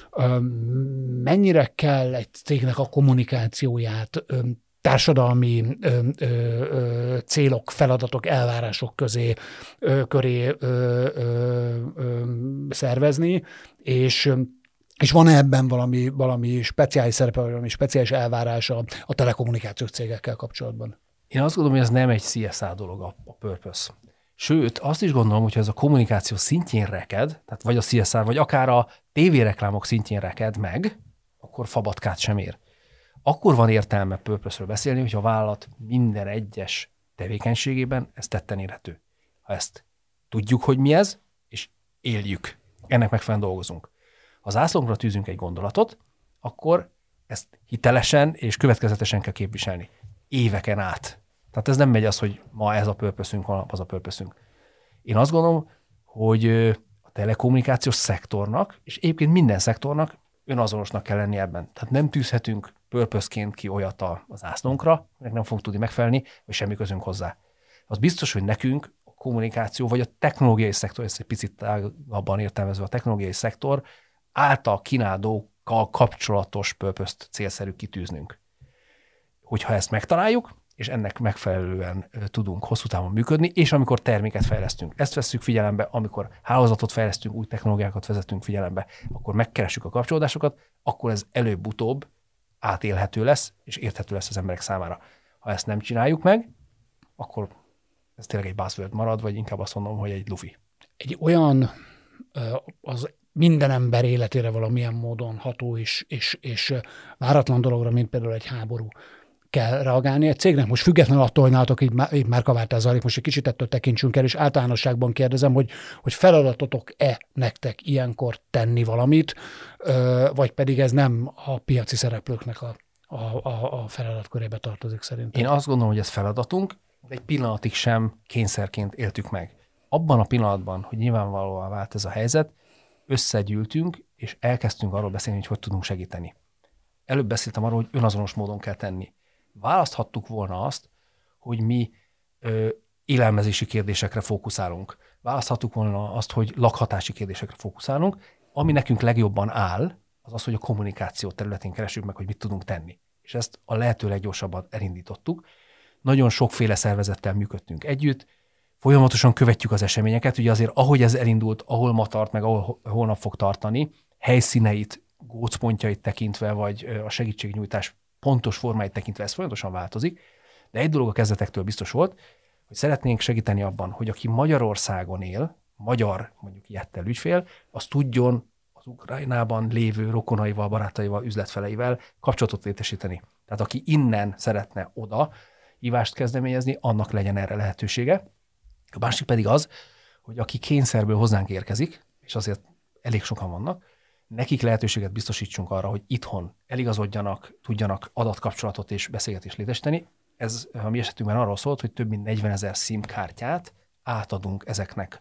mennyire kell egy cégnek a kommunikációját társadalmi ö, ö, ö, célok, feladatok, elvárások közé, ö, köré ö, ö, ö, szervezni, és, és van-e ebben valami, valami speciális szerepe, valami speciális elvárása a telekommunikációs cégekkel kapcsolatban? Én azt gondolom, hogy ez nem egy C S R dolog a, a Purpose. Sőt, azt is gondolom, hogy ha ez a kommunikáció szintjén reked, tehát vagy a C S R, vagy akár a tévéreklámok szintjén reked meg, akkor fabatkát sem ér. Akkor van értelme Purpose-ről beszélni, hogyha a vállalat minden egyes tevékenységében ez tetten érhető. Ha ezt tudjuk, hogy mi ez, és éljük, ennek megfelelően dolgozunk. Ha zászlónkra tűzünk egy gondolatot, akkor ezt hitelesen és következetesen kell képviselni. Éveken át. Tehát ez nem megy az, hogy ma ez a Purpose-ünk, holnap az a Purpose-ünk. Én azt gondolom, hogy a telekommunikációs szektornak, és egyébként minden szektornak önazonosnak kell lenni ebben. Tehát nem tűzhetünk purpose-ként ki olyat az zászlónkra, aminek nem fogunk tudni megfelelni, vagy semmi közünk hozzá. Az biztos, hogy nekünk a kommunikáció, vagy a technológiai szektor, ezt egy picit tágabban értelmezve a technológiai szektor, által kínálókkal kapcsolatos purpose-t célszerű kitűznünk. Hogyha ezt megtaláljuk, és ennek megfelelően tudunk hosszú távon működni, és amikor terméket fejlesztünk, ezt vesszük figyelembe, amikor hálózatot fejlesztünk, új technológiákat vezetünk figyelembe, akkor megkeressük a kapcsolódásokat, akkor ez előbb-utóbb átélhető lesz, és érthető lesz az emberek számára. Ha ezt nem csináljuk meg, akkor ez tényleg egy buzzword marad, vagy inkább azt mondom, hogy egy lufi. Egy olyan az minden ember életére valamilyen módon ható és, és, és váratlan dologra, mint például egy háború, kell reagálni. Egy cégnek most függetlenül attól, hogy nálatok így, így márkaváltás zajlik, most egy kicsit ettől tekintsünk el, és általánosságban kérdezem, hogy, hogy feladatotok-e nektek ilyenkor tenni valamit, vagy pedig ez nem a piaci szereplőknek a, a, a, a feladatkörébe tartozik szerintem. Én azt gondolom, hogy ez feladatunk, de egy pillanatig sem kényszerként éltük meg. Abban a pillanatban, hogy nyilvánvalóan vált ez a helyzet, összegyűltünk, és elkezdtünk arról beszélni, hogy hogy tudunk segíteni. Előbb beszéltem arról, hogy önazonos módon kell tenni. Választhattuk volna azt, hogy mi ö, élelmezési kérdésekre fókuszálunk. Választhattuk volna azt, hogy lakhatási kérdésekre fókuszálunk. Ami nekünk legjobban áll, az az, hogy a kommunikáció területén keresünk meg, hogy mit tudunk tenni. És ezt a lehető leggyorsabban elindítottuk. Nagyon sokféle szervezettel működtünk együtt, folyamatosan követjük az eseményeket, ugye azért ahogy ez elindult, ahol ma tart, meg ahol holnap fog tartani, helyszíneit, gócpontjait tekintve, vagy a segítségnyújtás pontos formáit tekintve ez folyamatosan változik, de egy dolog a kezdetektől biztos volt, hogy szeretnénk segíteni abban, hogy aki Magyarországon él, magyar mondjuk jettel ügyfél, az tudjon az Ukrajnában lévő rokonaival, barátaival, üzletfeleivel kapcsolatot létesíteni. Tehát aki innen szeretne oda hívást kezdeményezni, annak legyen erre lehetősége. A másik pedig az, hogy aki kényszerből hozzánk érkezik, és azért elég sokan vannak, nekik lehetőséget biztosítsunk arra, hogy itthon eligazodjanak, tudjanak adatkapcsolatot és beszélgetést létesíteni. Ez a mi esetünkben arról szólt, hogy több mint negyvenezer SIM kártyát átadunk ezeknek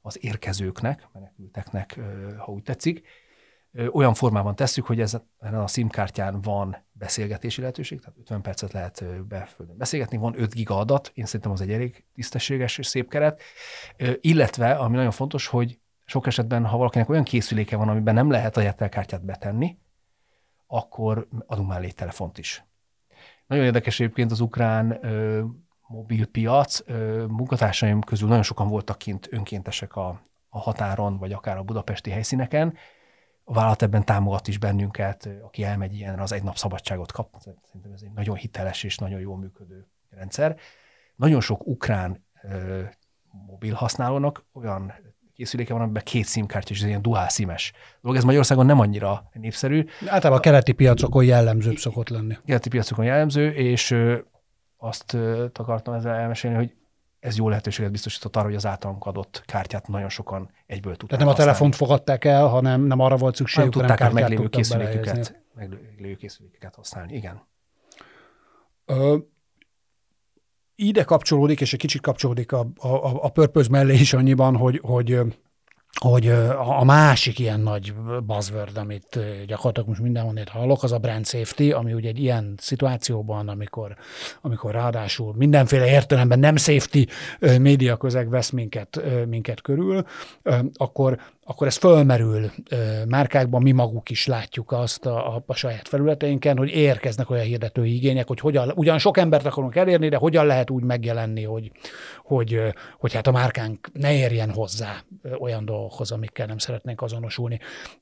az érkezőknek, menekülteknek, ha úgy tetszik. Olyan formában tesszük, hogy ezen a SIM-kártyán van beszélgetési lehetőség, tehát ötven percet lehet beföldön beszélgetni, van öt giga adat, én szerintem az egy elég tisztességes és szép keret, illetve, ami nagyon fontos, hogy sok esetben, ha valakinek olyan készüléke van, amiben nem lehet a Jettel-kártyát betenni, akkor adunk már léttelefont is. Nagyon érdekes egyébként az ukrán ö, mobilpiac, ö, munkatársaim közül nagyon sokan voltak kint önkéntesek a, a határon, vagy akár a budapesti helyszíneken. A vállalat ebben támogat is bennünket, aki elmegy ilyenre, az egy nap szabadságot kap. Szerintem ez egy nagyon hiteles és nagyon jól működő rendszer. Nagyon sok ukrán ö, mobil használónak olyan készüléke van, amiben két SIM-kártya, és ez ilyen dual SIM-es dolog. Ez Magyarországon nem annyira népszerű. Általában a keleti piacokon jellemzőbb szokott lenni. Keleti piacokon jellemző, és ö, azt ö, akartam ezzel elmesélni, hogy ez jó lehetőséget biztosított arra, hogy az általunk adott kártyát nagyon sokan egyből tudták. Tehát nem a telefont fogadták el, hanem nem arra volt szükségük, hanem tudták hanem meglévő készüléküket, meglévő készülékeket használni. Igen. Ö, ide kapcsolódik, és egy kicsit kapcsolódik a, a, a purpose mellé is annyiban, hogy, hogy, hogy a másik ilyen nagy buzzword, amit gyakorlatilag most mindenhonnét hallok, az a brand safety, ami ugye egy ilyen szituációban, amikor, amikor ráadásul mindenféle értelemben nem safety média közeg vesz minket, minket körül, akkor, akkor ez fölmerül márkákban, mi maguk is látjuk azt a, a, a saját felületeinken, hogy érkeznek olyan hirdetői igények, hogy hogyan, ugyan sok embert akarunk elérni, de hogyan lehet úgy megjelenni, hogy, hogy, hogy hát a márkánk ne érjen hozzá olyan dolgokhoz, amikkel nem szeretnénk azonosulni.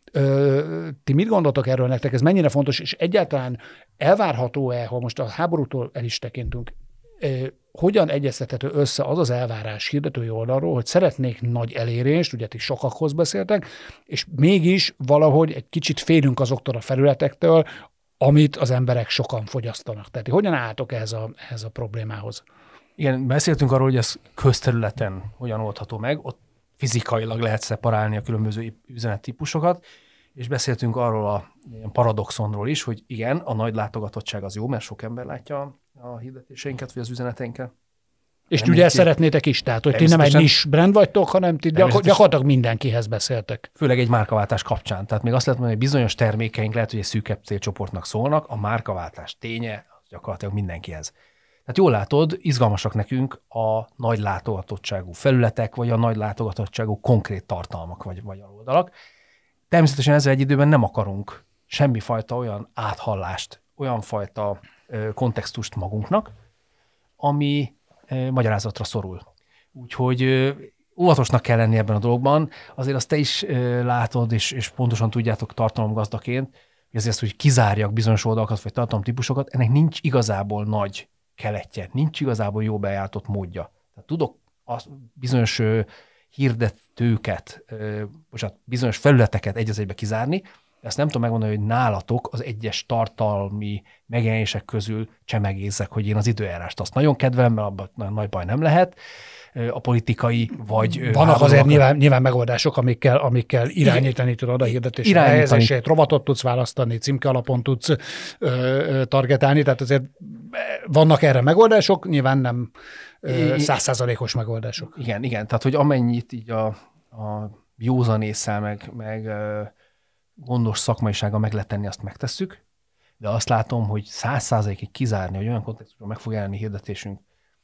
Ti mit gondoltok erről nektek? Ez mennyire fontos, és egyáltalán elvárható-e, ha most a háborútól el is tekintünk, hogyan egyeztethető össze az az elvárás hirdetői oldalról, hogy szeretnék nagy elérést, ugye ti sokakhoz beszéltek, és mégis valahogy egy kicsit félünk azoktól a felületektől, amit az emberek sokan fogyasztanak. Tehát hogyan álltok ehhez a, ehhez a problémához? Igen, beszéltünk arról, hogy ez közterületen hogyan oldható meg, ott fizikailag lehet szeparálni a különböző üzenettípusokat, és beszéltünk arról a ilyen paradoxonról is, hogy igen, a nagy látogatottság az jó, mert sok ember látja a hirdetéseinket, vagy az üzeneteinket. És ti ugye ezt szeretnétek is, tehát hogy ti nem egy nis brand vagytok, hanem ti gyakor- gyakorlatilag mindenkihez beszéltek. Főleg egy márkaváltás kapcsán. Tehát még azt lehet mondani, hogy bizonyos termékeink lehet, hogy egy szűkebb célcsoportnak szólnak, a márkaváltás ténye az gyakorlatilag mindenkihez. Tehát jól látod, izgalmasak nekünk a nagy látogatottságú felületek, vagy a nagy látogatottságú konkrét tartalmak, vagy, vagy oldalak. Természetesen ezzel egy időben nem akarunk semmifajta olyan áthallást, olyan fajta ö, kontextust magunknak, ami ö, magyarázatra szorul. Úgyhogy ö, óvatosnak kell lenni ebben a dologban. Azért azt te is ö, látod, és, és pontosan tudjátok tartalomgazdaként, hogy azért, hogy kizárjak bizonyos oldalakat, vagy tartalomtípusokat, ennek nincs igazából nagy keletje, nincs igazából jó bejáratott módja. Tehát tudok az bizonyos ö, hirdetőket, ö, bocsánat, bizonyos felületeket egy az egybe kizárni, de azt nem tudom megmondani, hogy nálatok az egyes tartalmi megjelenések közül csemegézzek, hogy én az időjárást azt nagyon kedvelem, mert abban nagy baj nem lehet, a politikai vagy... Vannak azért nyilván, nyilván megoldások, amikkel, amikkel irányítani tudod a hirdetés helyezését, robotot tudsz választani, címke alapon tudsz ö, ö, targetálni, tehát azért vannak erre megoldások, nyilván nem százszázalékos megoldások. Igen, igen, tehát hogy amennyit így a, a józanésszel, meg, meg gondos szakmaisága meg lehet tenni, azt megtesszük, de azt látom, hogy száz százalékig kizárni, hogy olyan kontextusban meg fog jelenni hirdetésünk,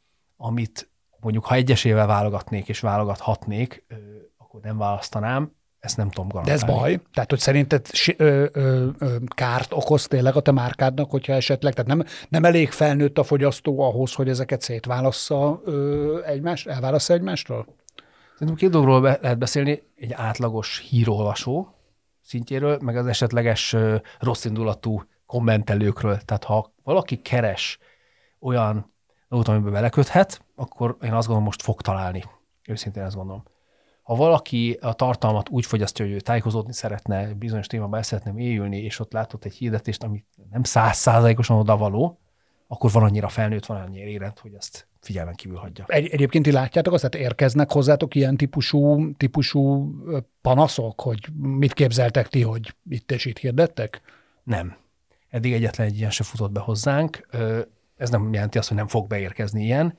amit mondjuk, ha egyesével válogatnék és válogathatnék, akkor nem választanám, ezt nem tudom garantálni. De ez baj? Tehát, hogy szerinted ö, ö, ö, kárt okoz tényleg a te márkádnak, hogyha esetleg, tehát nem, nem elég felnőtt a fogyasztó ahhoz, hogy ezeket szétválassza ö, egymást, elválassza egymástól? Szerintem két dologról be, lehet beszélni, egy átlagos hírolvasó szintjéről, meg az esetleges ö, rosszindulatú kommentelőkről. Tehát ha valaki keres olyan dolgot, amiben beleköthet, akkor én azt gondolom, most fog találni. Őszintén ezt gondolom. Ha valaki a tartalmat úgy fogyasztja, hogy ő tájékozódni szeretne, bizonyos témában el szeretne mélyülni, és ott látott egy hirdetést, ami nem száz százalékosan odavaló, akkor van annyira felnőtt, van annyira érett, hogy ezt figyelmen kívül hagyja. Egy, egyébként ti látjátok azt, tehát érkeznek hozzátok ilyen típusú, típusú panaszok, hogy mit képzeltek ti, hogy itt és itt hirdettek? Nem. Eddig egyetlen egy ilyen se futott be hozzánk. Ez nem jelenti azt, hogy nem fog beérkezni ilyen.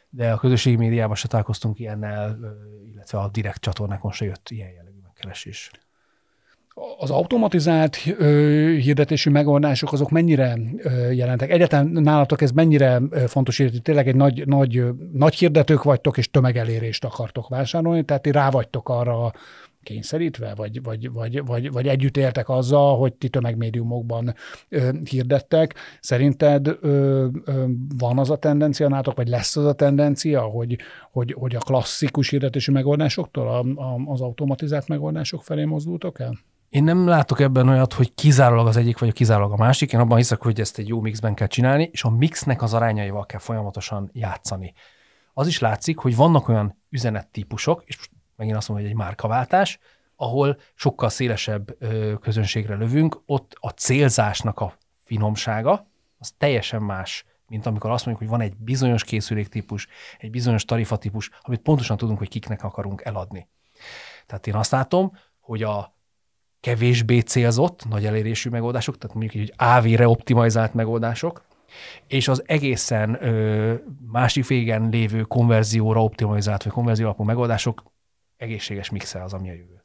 de a közösségi médiában se találkoztunk ilyennel, illetve a direkt csatornákon se jött ilyen jellegű megkeresés. Az automatizált ö, hirdetésű megoldások azok mennyire ö, jelentek? Egyáltalán nálatok ez mennyire ö, fontos, hogy tényleg egy nagy, nagy, ö, nagy hirdetők vagytok, és tömegelérést akartok vásárolni, tehát ti rá vagytok arra kényszerítve, vagy, vagy, vagy, vagy, vagy együtt éltek azzal, hogy ti tömegmédiumokban ö, hirdettek. Szerinted ö, ö, van az a tendencia nálatok, vagy lesz az a tendencia, hogy, hogy, hogy a klasszikus hirdetésű megoldásoktól a, a, az automatizált megoldások felé mozdultok el? Én nem látok ebben olyat, hogy kizárólag az egyik, vagy kizárólag a másik. Én abban hiszek, hogy ezt egy jó mixben kell csinálni, és a mixnek az arányaival kell folyamatosan játszani. Az is látszik, hogy vannak olyan üzenettípusok, és most megint azt mondom, hogy egy márkaváltás, ahol sokkal szélesebb ö, közönségre lövünk, ott a célzásnak a finomsága, az teljesen más, mint amikor azt mondjuk, hogy van egy bizonyos készüléktípus, egy bizonyos tarifatípus, amit pontosan tudunk, hogy kiknek akarunk eladni. Tehát én azt látom, hogy a kevésbé célzott, nagy elérésű megoldások, tehát mondjuk egy á vé-re optimalizált megoldások, és az egészen ö, másik végen lévő konverzióra optimalizált, vagy konverzió alapú megoldások egészséges mixe az, ami a jövő.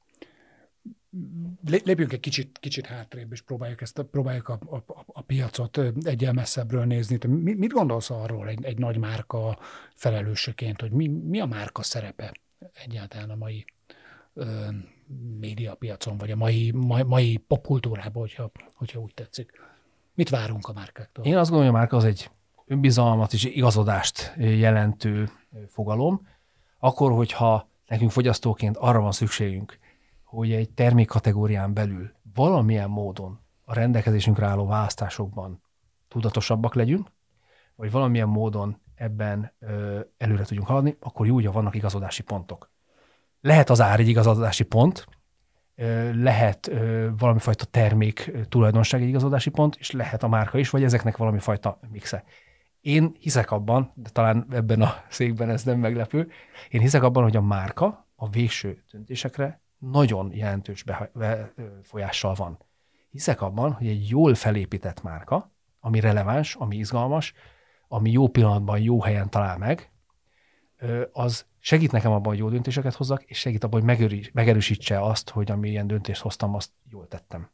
Lépjünk egy kicsit, kicsit hátrébb, és próbáljuk, ezt, próbáljuk a, a, a piacot egyel messzebbről nézni. Te mi, mit gondolsz arról egy, egy nagy márka felelősöként, hogy mi, mi a márka szerepe egyáltalán a mai ö, médiapiacon, vagy a mai, mai, mai popkultúrában, hogyha, hogyha úgy tetszik. Mit várunk a márkáktól? Én azt gondolom, hogy a márka az egy önbizalmat és igazodást jelentő fogalom. Akkor, hogyha nekünk fogyasztóként arra van szükségünk, hogy egy termékkategórián belül valamilyen módon a rendelkezésünkre álló választásokban tudatosabbak legyünk, vagy valamilyen módon ebben ö, előre tudjunk haladni, akkor jó, hogy vannak igazodási pontok. Lehet az ár egy igazodási pont, ö, lehet ö, valamifajta termék tulajdonság egy igazodási pont, és lehet a márka is, vagy ezeknek valamifajta mixe. Én hiszek abban, de talán ebben a székben ez nem meglepő, én hiszek abban, hogy a márka a végső döntésekre nagyon jelentős befolyással van. Hiszek abban, hogy egy jól felépített márka, ami releváns, ami izgalmas, ami jó pillanatban, jó helyen talál meg, az segít nekem abban, hogy jó döntéseket hozzak, és segít abban, hogy megerősítse azt, hogy amilyen döntést hoztam, azt jól tettem.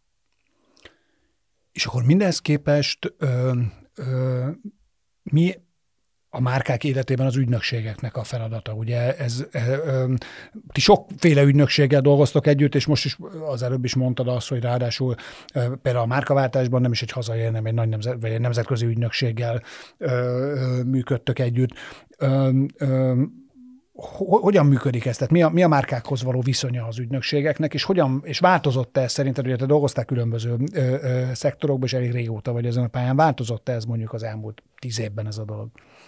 És akkor mindez képest ö, ö, mi a márkák életében az ügynökségeknek a feladata? Ugye ez, e, e, ti sokféle ügynökséggel dolgoztok együtt, és most is az előbb is mondtad azt, hogy ráadásul e, például a márkaváltásban nem is egy hazai, hanem egy nagy nemzet, vagy egy nemzetközi ügynökséggel e, e, működtök együtt. E, e, hogyan működik ez? Tehát mi a, mi a márkákhoz való viszonya az ügynökségeknek, és hogyan, és változott ez szerinted, hogy te dolgoztál különböző ö, ö, szektorokban, és elég régóta vagy ezen a pályán, változott ez mondjuk az elmúlt tíz évben ez a dolog?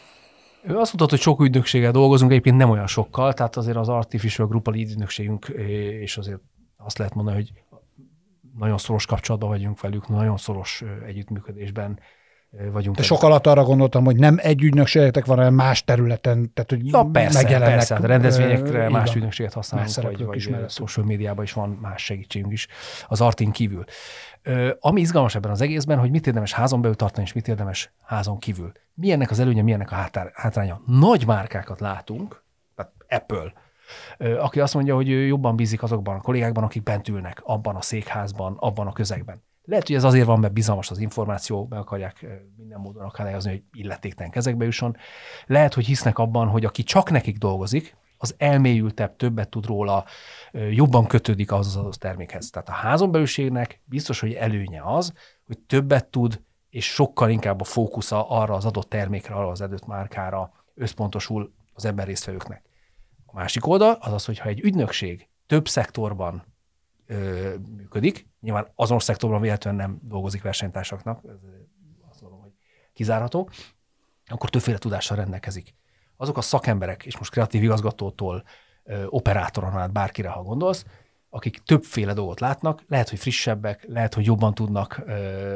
Ő azt mondta, hogy sok ügynökséggel dolgozunk, egyébként nem olyan sokkal, tehát azért az Artificial Group a lead ügynökségünk, és azért azt lehet mondani, hogy nagyon szoros kapcsolatban vagyunk velük, nagyon szoros együttműködésben vagyunk. De sok alatt arra gondoltam, hogy nem egy ügynökségek van, hanem más területen, tehát hogy ja, persze, megjelennek. Persze, hát a rendezvényekre más van. Ügynökséget használunk, vagy, vagy social médiában is van más segítségünk is az Artin kívül. Ami izgalmas ebben az egészben, hogy mit érdemes házon belül tartani, és mit érdemes házon kívül. Mi ennek az előnye, mi ennek a hátránya? Nagy márkákat látunk, tehát Apple, aki azt mondja, hogy ő jobban bízik azokban a kollégákban, akik bent ülnek, abban a székházban, abban a közegben. Lehet, hogy ez azért van, mert bizalmas az információ, be akarják minden módon akadályozni, hogy illetéktelen kezekbe jusson. Lehet, hogy hisznek abban, hogy aki csak nekik dolgozik, az elmélyültebb, többet tud róla, jobban kötődik az az adott termékhez. Tehát a házon belülségnek biztos, hogy előnye az, hogy többet tud, és sokkal inkább a fókusza arra az adott termékre, arra az adott márkára összpontosul az ember résztvevőknek. A másik oldal az az, hogyha egy ügynökség több szektorban ö, működik, nyilván azon szektorban véletlenül nem dolgozik versenytársaknak, ez azt mondom, hogy kizárható, akkor többféle tudással rendelkezik. Azok a szakemberek, és most kreatív igazgatótól, ö, operátoron át bárkire, ha gondolsz, akik többféle dolgot látnak, lehet, hogy frissebbek, lehet, hogy jobban tudnak ö,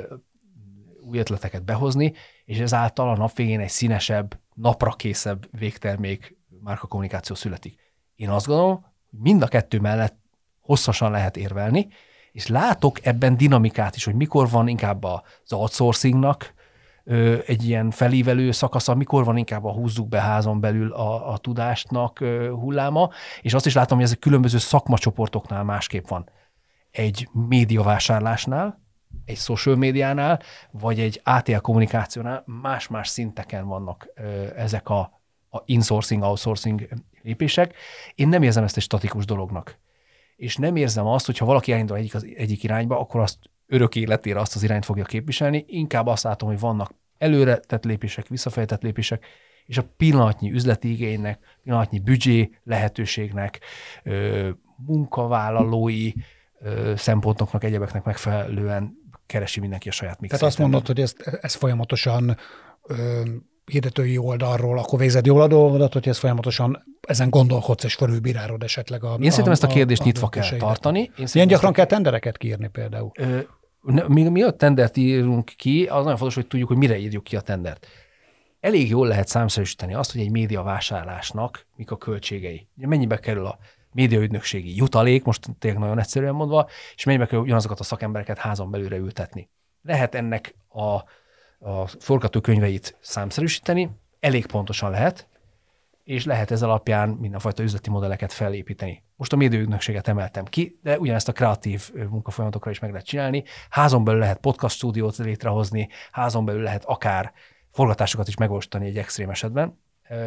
új ötleteket behozni, és ezáltal a nap végén egy színesebb, naprakészebb végtermék márkakommunikáció születik. Én azt gondolom, hogy mind a kettő mellett hosszasan lehet érvelni, és látok ebben dinamikát is, hogy mikor van inkább az outsourcingnak egy ilyen felívelő szakasza, mikor van inkább a húzzuk be házon belül a, a tudásnak hulláma, és azt is látom, hogy ezek különböző szakmacsoportoknál másképp van. Egy médiavásárlásnál, egy social médiánál, vagy egy á té el kommunikációnál más-más szinteken vannak ezek a, a insourcing, outsourcing lépések. Én nem érzem ezt egy statikus dolognak. És nem érzem azt, hogy ha valaki elindul egyik, az egyik irányba, akkor azt örök életére azt az irányt fogja képviselni. Inkább azt látom, hogy vannak előre tett lépések, visszafejtett lépések, és a pillanatnyi üzleti igénynek, pillanatnyi büdzsé lehetőségnek, munkavállalói szempontoknak, egyebeknek megfelelően keresi mindenki a saját mixét. Tehát azt mondod, hogy ez, ez folyamatosan ö, hirdetői oldalról, akkor végzed jól a dolgodat, hogy ez folyamatosan ezen gondolkodsz és felülbírálod esetleg a... Én szerintem ezt a kérdést a, a nyitva kell tartani. Ilyen gyakran kell tendereket kiírni például. Ö, mi, mi a tendert írunk ki, az nagyon fontos, hogy tudjuk, hogy mire írjuk ki a tendert. Elég jól lehet számszerűsíteni azt, hogy egy média vásárlásnak mik a költségei. Mennyibe kerül a médiaügynökségi jutalék, most tényleg nagyon egyszerűen mondva, és mennyibe kell ugyanazokat a szakembereket házon belülre ültetni. Lehet ennek a, a forgatókönyveit számszerűsíteni, elég pontosan lehet, és lehet ez alapján mindenfajta üzleti modelleket felépíteni. Most a médiaügynökséget emeltem ki, de ugyanezt a kreatív munkafolyamatokra is meg lehet csinálni. Házon belül lehet podcast stúdiót létrehozni, házon belül lehet akár forgatásokat is megvalósítani egy extrém esetben.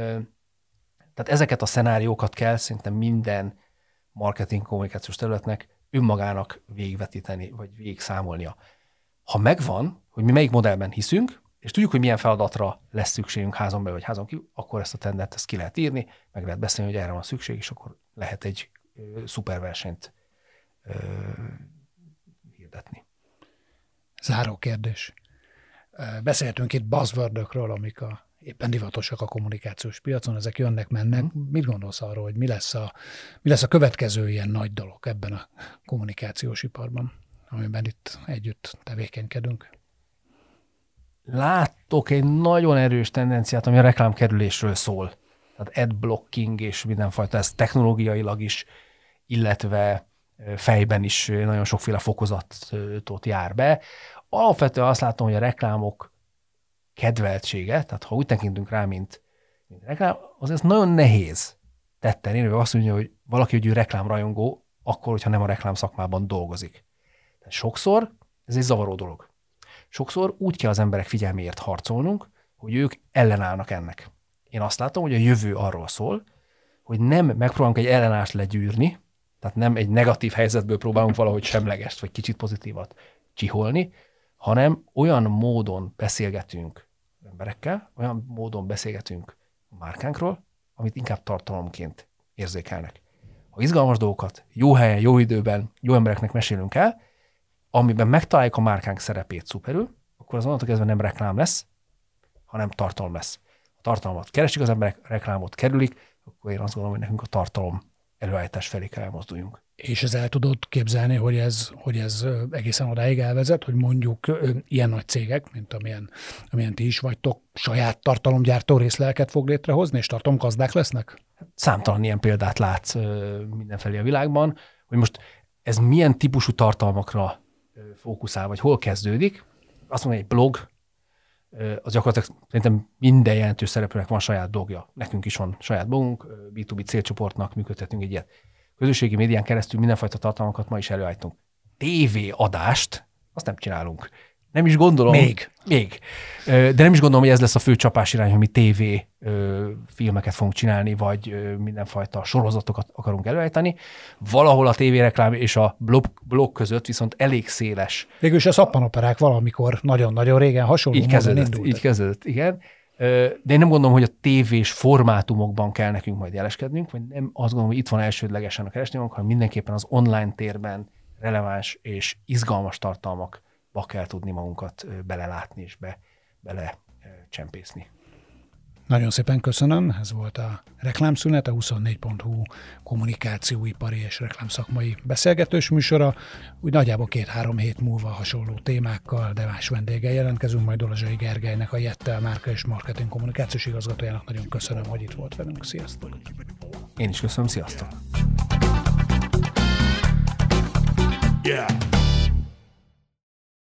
Tehát ezeket a szenáriókat kell szerintem minden marketing kommunikációs területnek önmagának végigvetíteni, vagy végigszámolnia. Ha megvan, hogy mi melyik modellben hiszünk, és tudjuk, hogy milyen feladatra lesz szükségünk házon belül, vagy házon kívül, akkor ezt a tendert ezt ki lehet írni, meg lehet beszélni, hogy erre van szükség, és akkor lehet egy ö, szuperversenyt ö, hirdetni. Záró kérdés. Beszéltünk itt buzzwordökről, amik a éppen divatosak a kommunikációs piacon, ezek jönnek, mennek. Mit gondolsz arról, hogy mi lesz, a, mi lesz a következő ilyen nagy dolog ebben a kommunikációs iparban, amiben itt együtt tevékenykedünk? Láttok egy nagyon erős tendenciát, ami a reklámkerülésről szól. Tehát adblocking és mindenfajta, ez technológiailag is, illetve fejben is nagyon sokféle fokozatot jár be. Alapvetően azt látom, hogy a reklámok kedveltsége, tehát ha úgy tekintünk rá, mint, mint reklám, az ez nagyon nehéz tetten érni, azt mondja, hogy valaki, hogy ő reklámrajongó, akkor, hogyha nem a reklám szakmában dolgozik. Tehát sokszor ez egy zavaró dolog. Sokszor úgy kell az emberek figyelméért harcolnunk, hogy ők ellenállnak ennek. Én azt látom, hogy a jövő arról szól, hogy nem megpróbálunk egy ellenállást legyűrni, tehát nem egy negatív helyzetből próbálunk valahogy semlegest, vagy kicsit pozitívat csiholni, hanem olyan módon beszélgetünk emberekkel, olyan módon beszélgetünk a márkánkról, amit inkább tartalomként érzékelnek. Ha izgalmas dolgokat jó helyen, jó időben, jó embereknek mesélünk el, amiben megtaláljuk a márkánk szerepét szuperül, akkor az onnantól kezdve nem reklám lesz, hanem tartalom lesz. A tartalmat keresik az emberek, a reklámot kerülik, akkor én azt gondolom, hogy nekünk a tartalom előállítás felé kell elmozduljunk. És ez el tudod képzelni, hogy ez, hogy ez egészen odáig elvezet, hogy mondjuk ilyen nagy cégek, mint amilyen, amilyen ti is vagytok, saját tartalomgyártó részlelket fog létrehozni, és tartalomgazdák lesznek? Számtalan ilyen példát látsz mindenfelé a világban, hogy most ez milyen típusú tartalmakra fókuszál, vagy hol kezdődik. Azt mondom, egy blog, az gyakorlatilag szerintem minden jelentős szereplőnek van saját blogja. Nekünk is van saját blogunk, bé kettő bé célcsoportnak működtetünk egy ilyet. Közösségi médián keresztül mindenfajta tartalmakat ma is előállítunk. té vé adást, azt nem csinálunk. Nem is gondolom. Még. Még. De nem is gondolom, hogy ez lesz a fő csapás irány, hogy mi tévé filmeket fogunk csinálni, vagy mindenfajta sorozatokat akarunk előállítani. Valahol a tévéreklám és a blog, blog között viszont elég széles. Végülis a szappanoperák valamikor nagyon-nagyon régen hasonló így kezdődött, így kezdődött, igen. De én nem gondolom, hogy a tévés formátumokban kell nekünk majd jeleskednünk, vagy nem azt gondolom, hogy itt van elsődlegesen a keresnivalónk, hanem mindenképpen az online térben releváns és izgalmas tartalmakba kell tudni magunkat belelátni és be, bele csempészni. Nagyon szépen köszönöm, ez volt a Reklámszünet, a huszonnégy pont hu kommunikációipari és reklámszakmai beszélgetős műsora. Úgy nagyjából két-három hét múlva hasonló témákkal, de más vendéggel jelentkezünk, majd Dolozsai Gergelynek, a Jettel márka és marketing kommunikációs igazgatójának nagyon köszönöm, hogy itt volt velünk. Sziasztok! Én is köszönöm, sziasztok! Yeah.